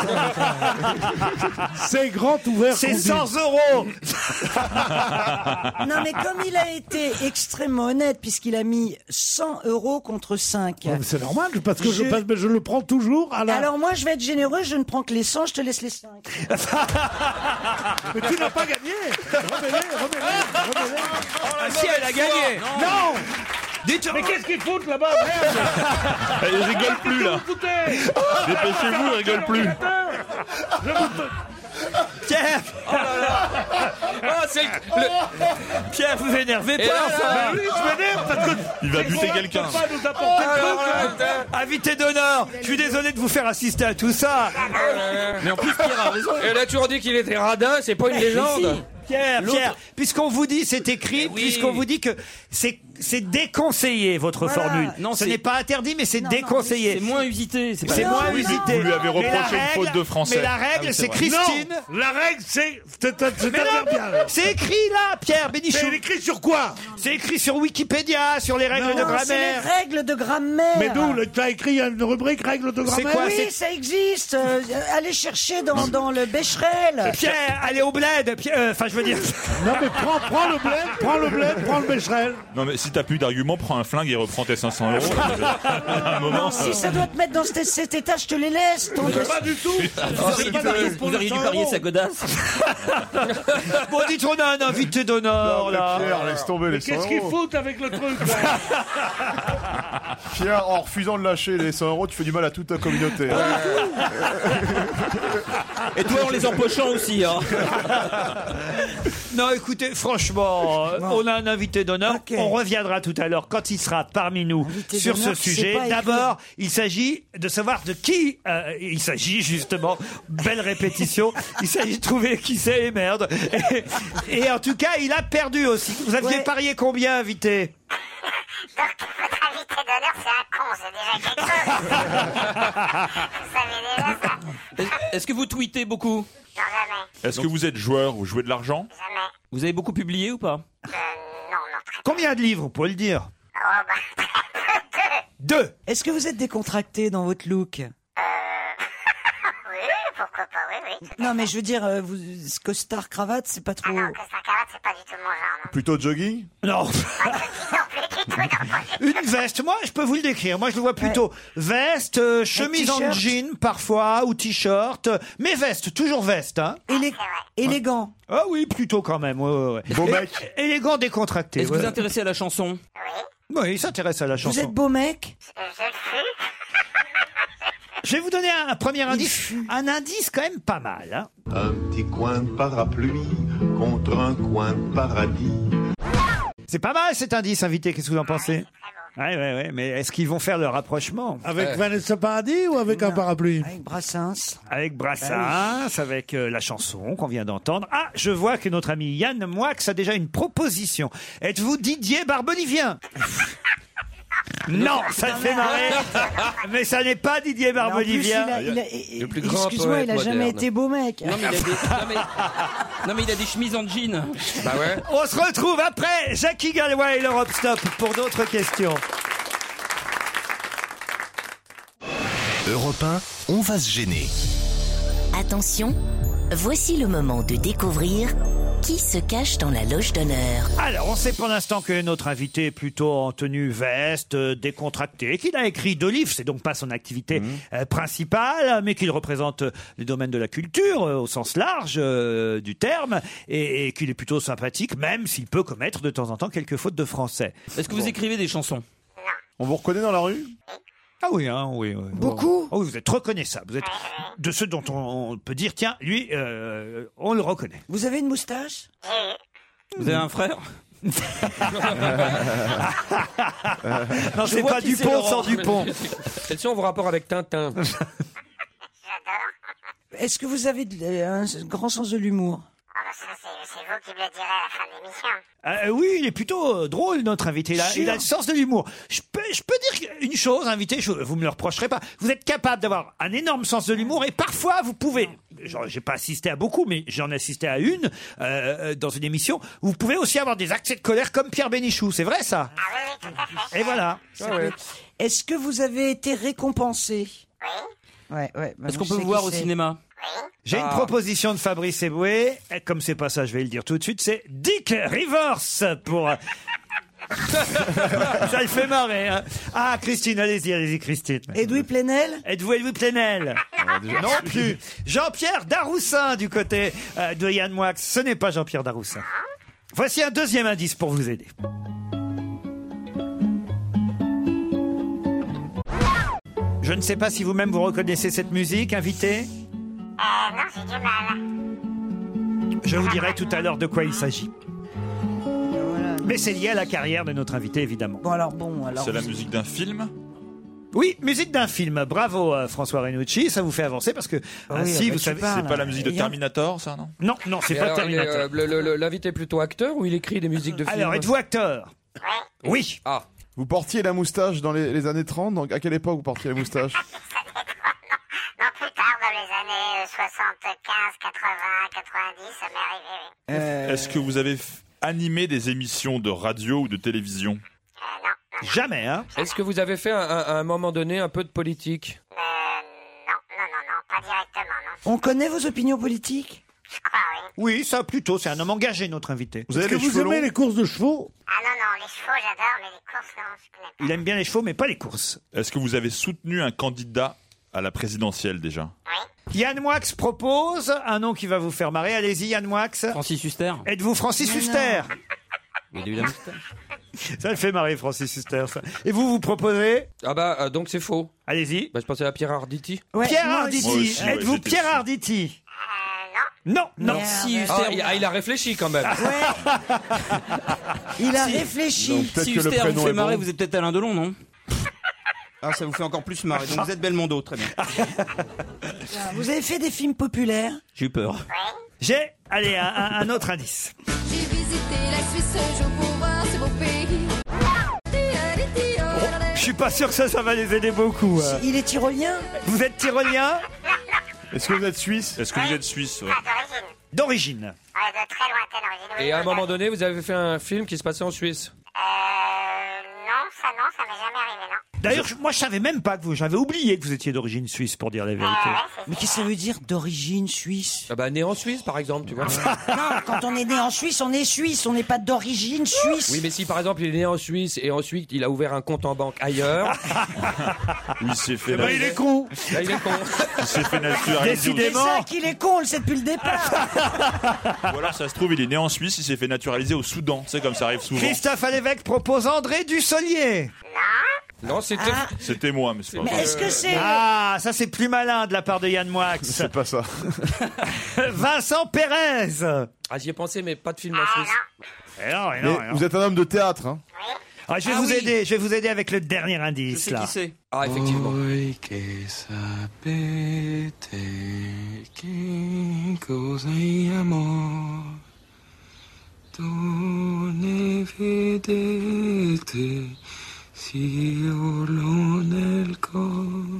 C'est grand ouvert. C'est 100 €. Non, mais comme il a été extrêmement honnête, puisqu'il a mis 100 € contre 5. Ouais, c'est normal, parce que je le prends toujours à la... Alors moi, je vais être généreux, je ne prends que les 100, je te laisse les 5. Mais tu n'as pas gagné. Remets-les. Ah si, elle a gagné. Non. Mais qu'est-ce qu'ils foutent là-bas? Merde. Ils rigolent plus là. Dépêchez-vous, ils rigolent plus. Pierre. Oh là là. Pierre, vous énervez pas. Oui, je m'énerve parce que... Il va buter quelqu'un. Tu peux pas nous apporter le truc. Invité d'honneur. Je suis désolé de vous faire assister à tout ça. Mais en plus, Pierre a raison. Elle a toujours dit qu'il était radin, c'est pas une légende. Pierre, puisqu'on vous dit, c'est écrit, puisqu'on vous dit que c'est déconseillé, votre formule. Non, ce n'est pas interdit, mais c'est déconseillé. C'est moins usité. C'est moins usité. Vous lui avez reproché une faute de français. Mais la règle, c'est Christine. Non, la règle, c'est adverbial. C'est écrit là, Pierre Bénichou. C'est écrit sur quoi? C'est écrit sur Wikipédia, sur les règles de grammaire. C'est les règles de grammaire. Mais d'où? Tu as écrit une rubrique règles de grammaire? Quoi, oui, ça existe. Allez chercher dans le Becherel. Pierre, allez au bled. Enfin, je veux dire... Non, mais prends le bled, prends le Becherel. Non, mais si t'as plus d'arguments, prends un flingue et reprends tes 500 €. À un moment, si ça doit te mettre dans cet état, je te les laisse. Pas du tout. Vous auriez dû parier sa godasse. Bon, dites, on a un invité d'honneur, là. Pierre, laisse tomber les 100 €. Qu'est-ce qu'ils foutent avec le truc, là? Pierre, en refusant de lâcher les 100 €, tu fais du mal à toute ta communauté. Et toi, en les empochant aussi. Hein. Non, écoutez, franchement, on a un invité d'honneur. Okay. On reviendra tout à l'heure quand il sera parmi nous sur ce sujet. D'abord, il s'agit de savoir de qui il s'agit, justement. Belle répétition. Il s'agit de trouver qui c'est, merde. Et en tout cas, il a perdu aussi. Vous aviez parié combien, invité? Donc, votre invité d'honneur, c'est un con, c'est déjà quelque chose. Vous savez déjà ça? Est-ce que vous tweetez beaucoup? Non, jamais. Est-ce que vous êtes joueur ou jouez de l'argent? Jamais. Vous avez beaucoup publié ou pas? Non, très Combien de livres, vous pouvez le dire? Oh, bah, 2. Est-ce que vous êtes décontracté dans votre look? oui, pourquoi pas, oui. Non, mais je veux dire, costard, cravate, c'est pas trop... Ah non, costard, cravate, c'est pas du tout mon genre, non. Plutôt jogging? Non. Une veste, moi je peux vous le décrire. Moi je le vois plutôt veste, chemise en jean parfois ou t-shirt, mais veste, toujours veste. Hein. Élégant. Ah oui, plutôt quand même. Ouais. Beau mec. Élégant, décontracté. Est-ce que vous vous intéressez à la chanson? Oui, il s'intéresse à la chanson. Vous êtes beau mec? Je vais vous donner un premier indice. Un indice quand même pas mal. Hein. Un petit coin de parapluie contre un coin de paradis. C'est pas mal cet indice, invité. Qu'est-ce que vous en pensez? Ouais. Mais est-ce qu'ils vont faire le rapprochement? Avec Vanessa Paradis ou avec un parapluie? Avec Brassens. Avec Brassens, avec la chanson qu'on vient d'entendre. Ah, je vois que notre ami Yann Moix a déjà une proposition. Êtes-vous Didier Barbelivien? Non, ça te fait marrer. Mais ça n'est pas Didier Barbelivien. Le plus grand excuse-moi, il a poète jamais moderne. été beau mec. Non, mais il a des chemises en jean. Bah ouais. On se retrouve après Jackie Gallois et l'Europe Stop pour d'autres questions. Europe 1, on va se gêner. Attention, voici le moment de découvrir qui se cache dans la loge d'honneur. Alors, on sait pour l'instant que notre invité est plutôt en tenue veste, décontracté, qu'il a écrit 2 livres, c'est donc pas son activité principale, mais qu'il représente les domaines de la culture au sens large du terme, et qu'il est plutôt sympathique, même s'il peut commettre de temps en temps quelques fautes de français. Est-ce que vous écrivez des chansons? On vous reconnaît dans la rue? Ah oui, hein, oui. Beaucoup? Oh, vous êtes reconnaissable. Vous êtes de ceux dont on peut dire, tiens, lui, on le reconnaît. Vous avez une moustache? Vous avez un frère? Non, c'est pas Dupont sans Dupont. Celle-ci, on vous rapport avec Tintin. Est-ce que vous avez un grand sens de l'humour? C'est vous qui me le direz à la fin de l'émission. Oui, il est plutôt drôle, notre invité. Il a le sens de l'humour. Je peux dire une chose, invité, vous me le reprocherez pas. Vous êtes capable d'avoir un énorme sens de l'humour et parfois vous pouvez, j'ai pas assisté à beaucoup, mais j'en ai assisté à une dans une émission, vous pouvez aussi avoir des accès de colère comme Pierre Bénichou. C'est vrai, ça? Ah oui, tout à fait. Et voilà. Est-ce que vous avez été récompensé? Oui. Ouais. Est-ce qu'on peut vous voir au cinéma? J'ai une proposition de Fabrice Eboué. Comme c'est pas ça, je vais le dire tout de suite. C'est Dick Rivers pour... Ça le fait marrer, hein. Ah, Christine, allez-y, Christine. Edoui Plenel? Êtes-vous Edoui Plenel? Non plus. Jean-Pierre Daroussin du côté de Yann Moix. Ce n'est pas Jean-Pierre Daroussin. Voici un deuxième indice pour vous aider. Je ne sais pas si vous-même vous reconnaissez cette musique, invité. Non, j'ai du mal. Je vous dirai tout à l'heure de quoi il s'agit. Mais c'est lié à la carrière de notre invité, évidemment. Alors. C'est la musique d'un film? Oui, musique d'un film. Bravo François Renucci, ça vous fait avancer parce que vous savez, c'est pas la musique de Terminator, ça, non? Non, c'est pas Terminator. L'invité est plutôt acteur ou il écrit des musiques de film? Alors, êtes-vous acteur? Oui. Ah. Vous portiez la moustache dans les années 30, donc à quelle époque vous portiez la moustache? Non, plus tard, dans les années 75, 80, 90, ça m'est arrivé, oui. Est-ce que vous avez animé des émissions de radio ou de télévision? Non. Jamais, hein? Est-ce que vous avez fait à un moment donné un peu de politique? Non, pas directement, non. On connaît vos opinions politiques? Je crois, oui. Oui, ça plutôt, c'est un homme engagé, notre invité. Est-ce que vous aimez les courses de chevaux? Ah non, les chevaux, j'adore, mais les courses, non, je connais pas. Il aime bien les chevaux, mais pas les courses. Est-ce que vous avez soutenu un candidat à la présidentielle déjà? Oui. Yann Moix propose un nom qui va vous faire marrer. Allez-y, Yann Moix. Francis Huster. Êtes-vous Francis Huster? Il a eu la moustache. Ça le fait marrer, Francis Huster, ça. Et vous proposez? Donc c'est faux. Allez-y. Je pensais à Pierre Arditi. Ouais, Pierre moi Arditi. aussi. Êtes-vous Pierre Arditi? Non. Si Huster, Il a réfléchi quand même. Il a réfléchi. Si Huster vous fait marrer, vous êtes peut-être Alain Delon, non? Ah, ça vous fait encore plus marrer. Donc vous êtes Belmondo, très bien. Vous avez fait des films populaires? J'ai eu peur. J'ai, allez, un autre indice. J'ai visité la Suisse un jour pour voir ce beau pays. Je suis pas sûr que ça va les aider beaucoup. Il est tyrolien? Vous êtes tyrolien? Est-ce que vous êtes suisse? Est-ce que vous êtes suisse? D'origine. Ouais, de très lointaine origine. Et à un moment donné, vous avez fait un film qui se passait en Suisse? Non, ça m'est jamais arrivé, non. D'ailleurs, moi, je savais même pas que j'avais oublié que vous étiez d'origine suisse, pour dire la vérité. Mais qu'est-ce que ça veut dire d'origine suisse? Né en Suisse, par exemple, tu vois. Non, quand on est né en Suisse, on est suisse, on n'est pas d'origine suisse. Oui, mais si par exemple il est né en Suisse et ensuite il a ouvert un compte en banque ailleurs. Oui, il s'est fait. Il est con. Là, il est con. Il s'est fait naturaliser. C'est ça qu'il est con, on le sait depuis le départ. Ou alors ça se trouve, il est né en Suisse, il s'est fait naturaliser au Soudan. C'est comme ça arrive souvent. Christophe Alévèque propose André Dussolier. Non, c'était moi, mais c'est pas. Mais est-ce que c'est... Ah, ça c'est plus malin de la part de Yann Moix. C'est pas ça. Vincent Pérez. Ah, j'y ai pensé, mais pas de film en Suisse. Non. Vous êtes un homme de théâtre, hein? Ah, je vais vous aider avec le dernier indice. Je sais qui c'est. Ah, effectivement. Sciolo nel cor,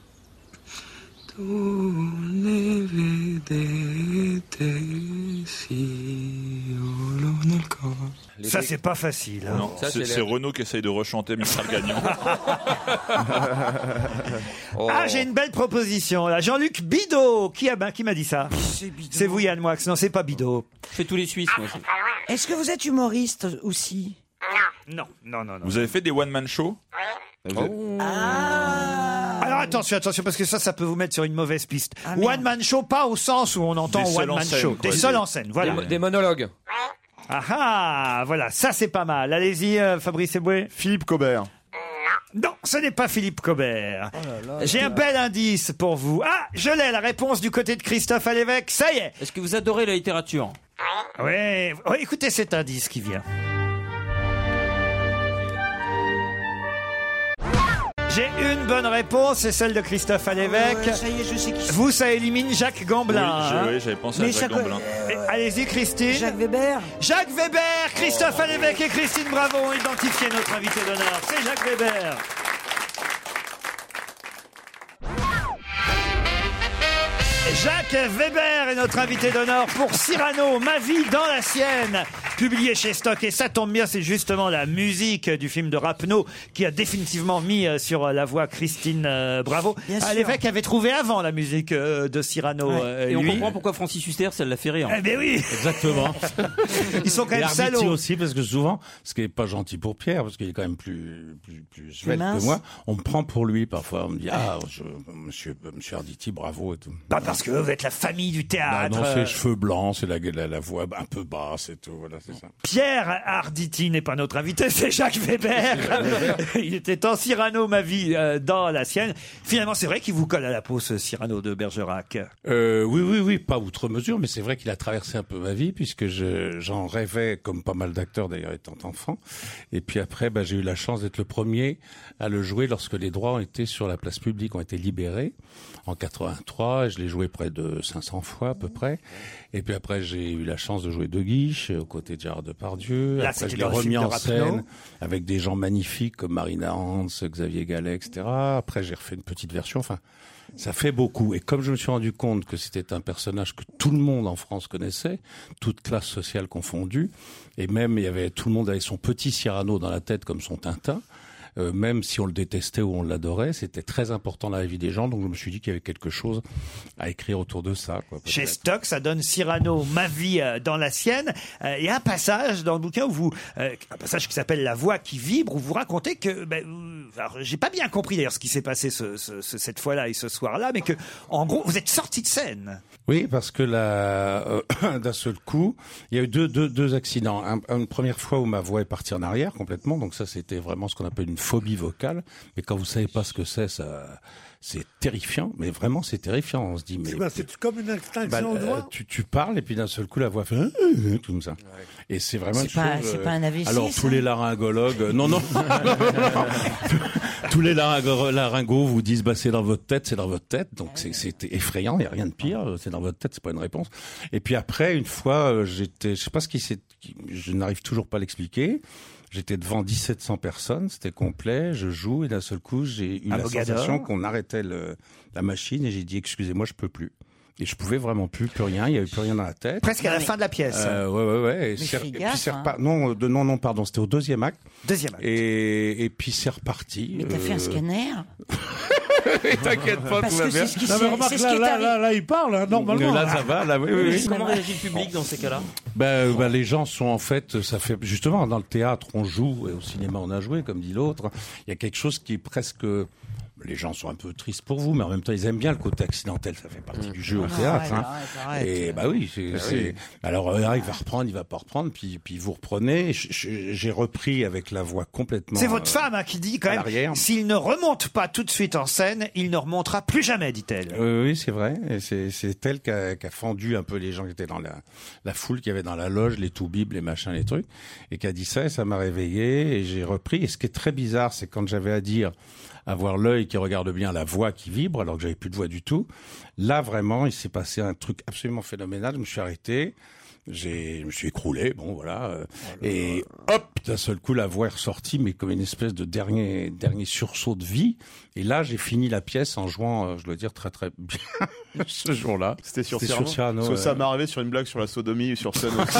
tu ne vedete, sciolo nel cor. Ça, c'est pas facile. Hein. Non, c'est Renaud qui essaye de rechanter Mistral gagnant. Ah, j'ai une belle proposition là. Jean-Luc Bidot. Qui m'a dit ça? C'est vous, Yann Moix. Non, c'est pas Bidot. Je fais tous les Suisses, moi aussi. Est-ce que vous êtes humoriste aussi? Non. Vous avez fait des one-man shows? Alors attention, parce que ça peut vous mettre sur une mauvaise piste. One-man show, pas au sens où on entend one-man show. Des seuls en scène, voilà. Des monologues. Voilà, ça c'est pas mal. Allez-y, Fabrice Eboué. Philippe Cobert. Non, ce n'est pas Philippe Cobert. J'ai un bel indice pour vous. Ah, je l'ai, la réponse du côté de Christophe Alévêque, ça y est. Est-ce que vous adorez la littérature? Oui, écoutez cet indice qui vient. J'ai une bonne réponse, c'est celle de Christophe Alévêque. Ça y est, je sais qui c'est. Vous, ça élimine Jacques Gamblin. Oui, j'avais pensé à Jacques Gamblin. Allez-y, Christine. Jacques Weber. Jacques Weber, Christophe Alévêque et Christine Bravo ont identifié notre invité d'honneur. C'est Jacques Weber. Jacques Weber est notre invité d'honneur pour Cyrano, Ma vie dans la sienne, publié chez Stock. Et ça tombe bien, c'est justement la musique du film de Rappeneau qui a définitivement mis sur la voix Christine Bravo. L'évêque avait trouvé avant la musique de Cyrano. Et on comprend pourquoi Francis Huster, ça l'a fait rire. Eh ben oui. Exactement. Ils sont quand même salauds. Aussi, parce que souvent, ce qui est pas gentil pour Pierre, parce qu'il est quand même plus svelte que moi, on me prend pour lui parfois. On me dit, monsieur Arditi, bravo et tout. Parce que vous êtes la famille du théâtre. Non, c'est les cheveux blancs, c'est la voix un peu basse et tout. Voilà, c'est ça. Pierre Arditi n'est pas notre invité, c'est Jacques Weber. Il était en Cyrano, Ma vie dans la sienne. Finalement, c'est vrai qu'il vous colle à la peau, ce Cyrano de Bergerac. Oui, pas outre mesure, mais c'est vrai qu'il a traversé un peu ma vie, puisque j'en rêvais, comme pas mal d'acteurs d'ailleurs étant enfant. Et puis après, j'ai eu la chance d'être le premier à le jouer lorsque les droits ont été sur la place publique, ont été libérés en 83. Et je l'ai joué près de 500 fois à peu près. Et puis après, j'ai eu la chance de jouer De Guiche aux côtés de Gérard Depardieu. Là, après, je l'ai remis en scène avec des gens magnifiques comme Marina Hans, Xavier Gallet, etc. Après, j'ai refait une petite version. Enfin, ça fait beaucoup. Et comme je me suis rendu compte que c'était un personnage que tout le monde en France connaissait, toute classe sociale confondue, et même tout le monde avait son petit Cyrano dans la tête comme son Tintin. Même si on le détestait ou on l'adorait, c'était très important dans la vie des gens, donc je me suis dit qu'il y avait quelque chose à écrire autour de ça. Chez Stock, ça donne Cyrano, Ma vie dans la sienne. Il y a un passage dans le bouquin où un passage qui s'appelle La voix qui vibre, où vous racontez que, alors, j'ai pas bien compris d'ailleurs ce qui s'est passé cette fois-là et ce soir-là, mais que, en gros, vous êtes sorti de scène. Oui, parce que d'un seul coup, il y a eu deux accidents. Une première fois où ma voix est partie en arrière complètement, donc ça c'était vraiment ce qu'on appelle une phobie vocale. Mais quand vous savez pas ce que c'est, c'est terrifiant. Mais vraiment, c'est terrifiant. On se dit, mais c'est comme une extinction de voix. Tu parles et puis d'un seul coup la voix fait tout comme ça. Et c'est vraiment c'est pas un AVC. Alors tous les laryngologues, non. Tous les laryngos vous disent c'est dans votre tête, c'est dans votre tête. Donc c'est effrayant, il n'y a rien de pire, c'est dans votre tête, c'est pas une réponse. Et puis après, une fois, je sais pas je n'arrive toujours pas à l'expliquer. J'étais devant 1700 personnes, c'était complet, je joue et d'un seul coup, j'ai eu la sensation qu'on arrêtait la machine et j'ai dit excusez-moi, je peux plus. Et je pouvais vraiment plus rien, il y avait plus rien dans la tête. Presque à la fin de la pièce. Ouais. Non, pardon, c'était au deuxième acte. Et puis c'est reparti. Mais t'as fait un scanner? T'inquiète pas, tout va bien. Là, il parle, hein, normalement. Là, ça va, oui. Comment réagit le public dans ces cas-là? Les gens sont en fait, ça fait, justement, dans le théâtre, on joue, et au cinéma, on a joué, comme dit l'autre. Il y a quelque chose qui est presque, les gens sont un peu tristes pour vous, mais en même temps, ils aiment bien le côté accidentel. Ça fait partie du jeu au théâtre. Et oui, alors, il va reprendre, il va pas reprendre, puis vous reprenez. J'ai repris avec la voix complètement. C'est votre femme qui dit quand même, s'il ne remonte pas tout de suite en scène, il ne remontera plus jamais, dit-elle. Oui, c'est vrai. Et c'est elle qui a fendu un peu les gens qui étaient dans la foule, qui avait dans la loge, les toubibs, les machins, les trucs, et qui a dit ça, et ça m'a réveillé, et j'ai repris. Et ce qui est très bizarre, c'est quand j'avais à dire avoir l'œil qui regarde bien, la voix qui vibre, alors que j'avais plus de voix du tout. Là, vraiment, il s'est passé un truc absolument phénoménal. Je me suis arrêté. je me suis écroulé, bon voilà, et hop, d'un seul coup la voix est ressortie, mais comme une espèce de dernier sursaut de vie. Et là, j'ai fini la pièce en jouant, je dois dire, très très bien ce jour-là. C'était sur Cyrano. Parce que ça m'est arrivé sur une blague sur la sodomie sur scène aussi.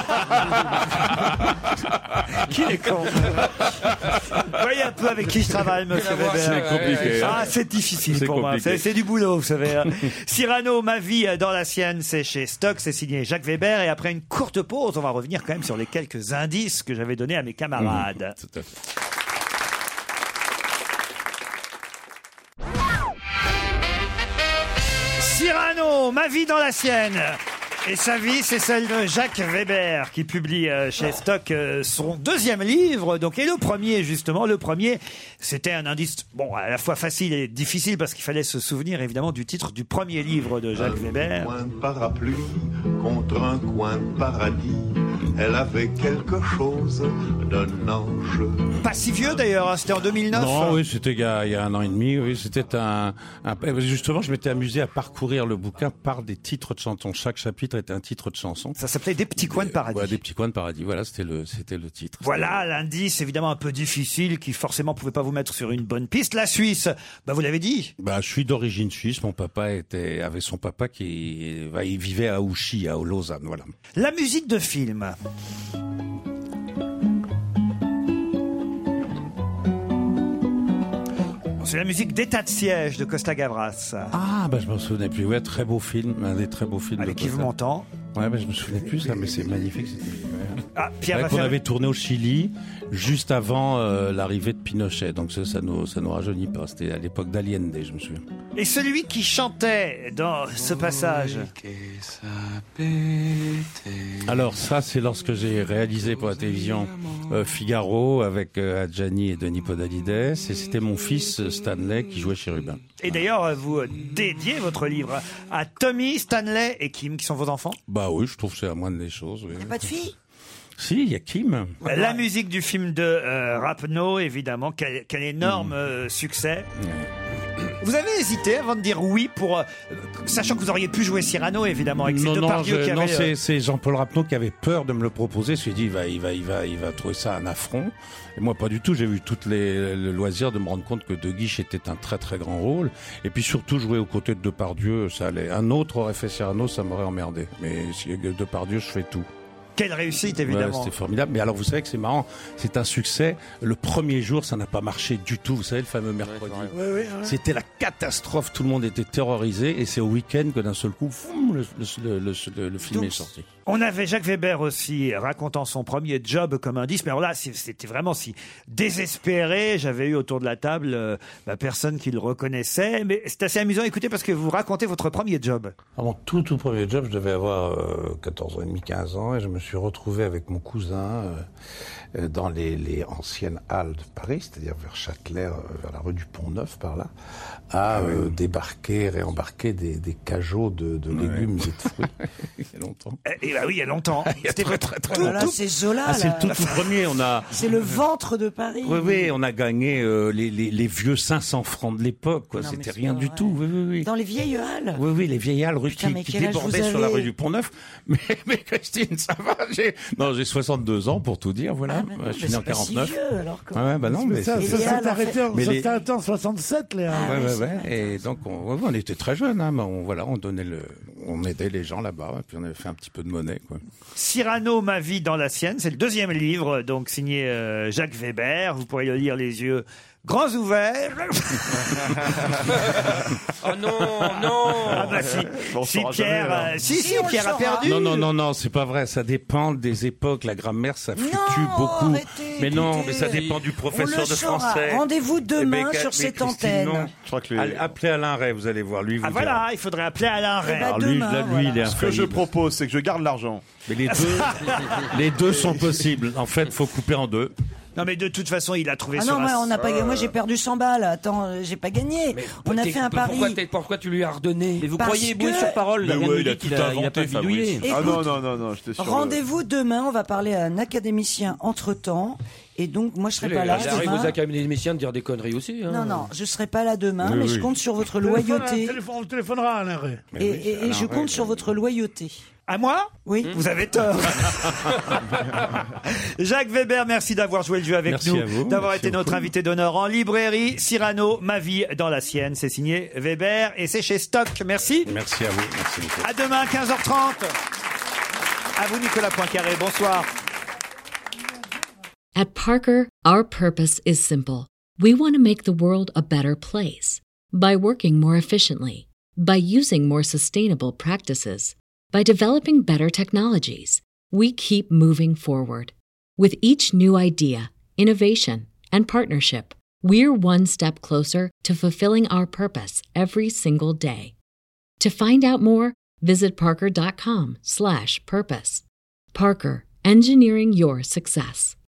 Qui est con. Vous voyez un peu avec qui je travaille, monsieur Weber. C'est compliqué. Ah, c'est difficile pour moi. C'est du boulot, vous savez. Cyrano, ma vie dans la sienne, c'est chez Stock, c'est signé Jacques Weber. Et après une courte pause, on va revenir quand même sur les quelques indices que j'avais donnés à mes camarades. Tout à fait. Cyrano, ma vie dans la sienne. Et sa vie, c'est celle de Jacques Weber, qui publie chez Stock son deuxième livre. Donc, et le premier, justement, c'était un indice, bon, à la fois facile et difficile, parce qu'il fallait se souvenir, évidemment, du titre du premier livre de Jacques Weber. Un coin de parapluie contre un coin de paradis. Elle avait quelque chose d'un ange. Pas si vieux, d'ailleurs, hein, c'était en 2009. Non, oui, c'était il y a 1 an et demi. Oui, c'était justement, je m'étais amusé à parcourir le bouquin par des titres de chansons. Chaque chapitre était un titre de chanson. Ça s'appelait Des petits coins de paradis. Ouais, Des petits coins de paradis. Voilà, c'était le titre. Voilà l'indice, évidemment un peu difficile, qui forcément pouvait pas vous mettre sur une bonne piste. La Suisse, vous l'avez dit. Je suis d'origine suisse. Mon papa avait son papa il vivait à Ouchy, à Lausanne. Voilà. La musique de film. C'est la musique d'État de siège de Costa Gavras. Ah, je m'en souvenais plus. Ouais, très beau film, un des très beaux films. Avec Yves Montand. Ouais, je me souvenais plus ça, mais c'est magnifique. Ah, Pierre on avait tourné au Chili juste avant l'arrivée de Pinochet, donc ça nous rajeunit pas. C'était à l'époque d'Allende, je me souviens. Et celui qui chantait dans ce passage. Alors ça, c'est lorsque j'ai réalisé pour la télévision Figaro avec Adjani et Denis Podalides, et c'était mon fils Stanley qui jouait Chérubin. Et d'ailleurs, vous dédiez votre livre à Tommy, Stanley et Kim, qui sont vos enfants. Bah oui, je trouve que c'est la moindre des choses. Oui. Y a pas de fille? Si, il y a Kim. La musique du film de Rapneau, évidemment, quel énorme succès. Vous avez hésité avant de dire oui sachant que vous auriez pu jouer Cyrano, évidemment, avec ces deux Depardieu qui avaient... Non, c'est Jean-Paul Rapneau qui avait peur de me le proposer. Je lui ai dit, il va trouver ça un affront. Et moi, pas du tout. J'ai eu le loisir de me rendre compte que De Guiche était un très très grand rôle. Et puis surtout, jouer aux côtés de Depardieu, ça allait. Un autre aurait fait Cyrano, ça m'aurait emmerdé. Mais si Depardieu, je fais tout. Quelle réussite, évidemment. Ouais, c'était formidable. Mais alors, vous savez que c'est marrant. C'est un succès. Le premier jour, ça n'a pas marché du tout. Vous savez, le fameux mercredi. Ouais. C'était la catastrophe. Tout le monde était terrorisé. Et c'est au week-end que d'un seul coup, le film est sorti. On avait Jacques Weber aussi racontant son premier job comme indice. Mais alors là, c'était vraiment si désespéré. J'avais eu autour de la table personne qui le reconnaissait. Mais c'est assez amusant à écouter parce que vous racontez votre premier job. Mon tout premier job, je devais avoir 14 ans et demi, 15 ans. Et je me suis retrouvé avec mon cousin dans les anciennes halles de Paris, c'est-à-dire vers Châtelet, vers la rue du Pont-Neuf, par là, à réembarquer des cajots de légumes et de fruits. Il y a longtemps. Oui, il y a longtemps. C'était très c'est Zola. C'est le tout premier. C'est le ventre de Paris. Oui, on a gagné les vieux 500 francs de l'époque. C'était rien du tout. Oui. Dans les vieilles halles. Oui, les vieilles halles qui débordaient sur la rue du Pont-Neuf. Mais Christine, ça va. J'ai 62 ans pour tout dire. Voilà. Je suis né en 49. Si vieux, alors ça s'est arrêté en 67, les halles. Ouais. Et donc on était très jeunes. On aidait les gens là-bas. Et puis on avait fait un petit peu de monnaie, quoi. Cyrano, ma vie dans la sienne, c'est le deuxième livre, donc signé Jacques Weber. Vous pourrez le lire les yeux grands ouverts. Oh non. Ah bah si Pierre, Pierre a perdu. Non, c'est pas vrai. Ça dépend des époques. La grammaire, ça fluctue beaucoup. Arrêtez, mais ça dépend du professeur de français. Rendez-vous demain sur cette antenne. Je crois que appelez Alain Ray, vous allez voir. Lui, vous voilà, il faudrait appeler Alain Ray. Alors lui, il est Ce que je propose, c'est que je garde l'argent. Mais les deux sont possibles. En fait, faut couper en deux. Non, mais de toute façon, il a trouvé sur on n'a pas gagné. Moi, j'ai perdu 100 balles. Attends, j'ai pas gagné. On a fait un pari. Pourquoi tu lui as redonné? Mais vous croyez bouer sur parole? Il a tout inventé, Fabrice. Ah non, j'étais sûr. Rendez-vous demain. On va parler à un académicien entre-temps. Et donc, moi, je serai pas là Il arrive aux demain. académiciens de dire des conneries aussi. Hein. Non, je serai pas là demain, mais je compte sur votre loyauté. On téléphonera à l'arrêt. Et je compte sur votre loyauté. À moi ? Oui. Vous avez tort. Jacques Weber, merci d'avoir joué le jeu avec Merci nous, à vous, d'avoir merci été notre beaucoup. invité d'honneur en librairie. Cyrano, ma vie dans la sienne. C'est signé Weber et c'est chez Stock. Merci. Merci à vous. Merci beaucoup. À demain, 15h30. À vous, Nicolas Poincaré. Bonsoir. At Parker, our purpose is simple. We want to make the world a better place by working more efficiently, by using more sustainable practices, by developing better technologies. We keep moving forward. With each new idea, innovation, and partnership, we're one step closer to fulfilling our purpose every single day. To find out more, visit parker.com/purpose. Parker, engineering your success.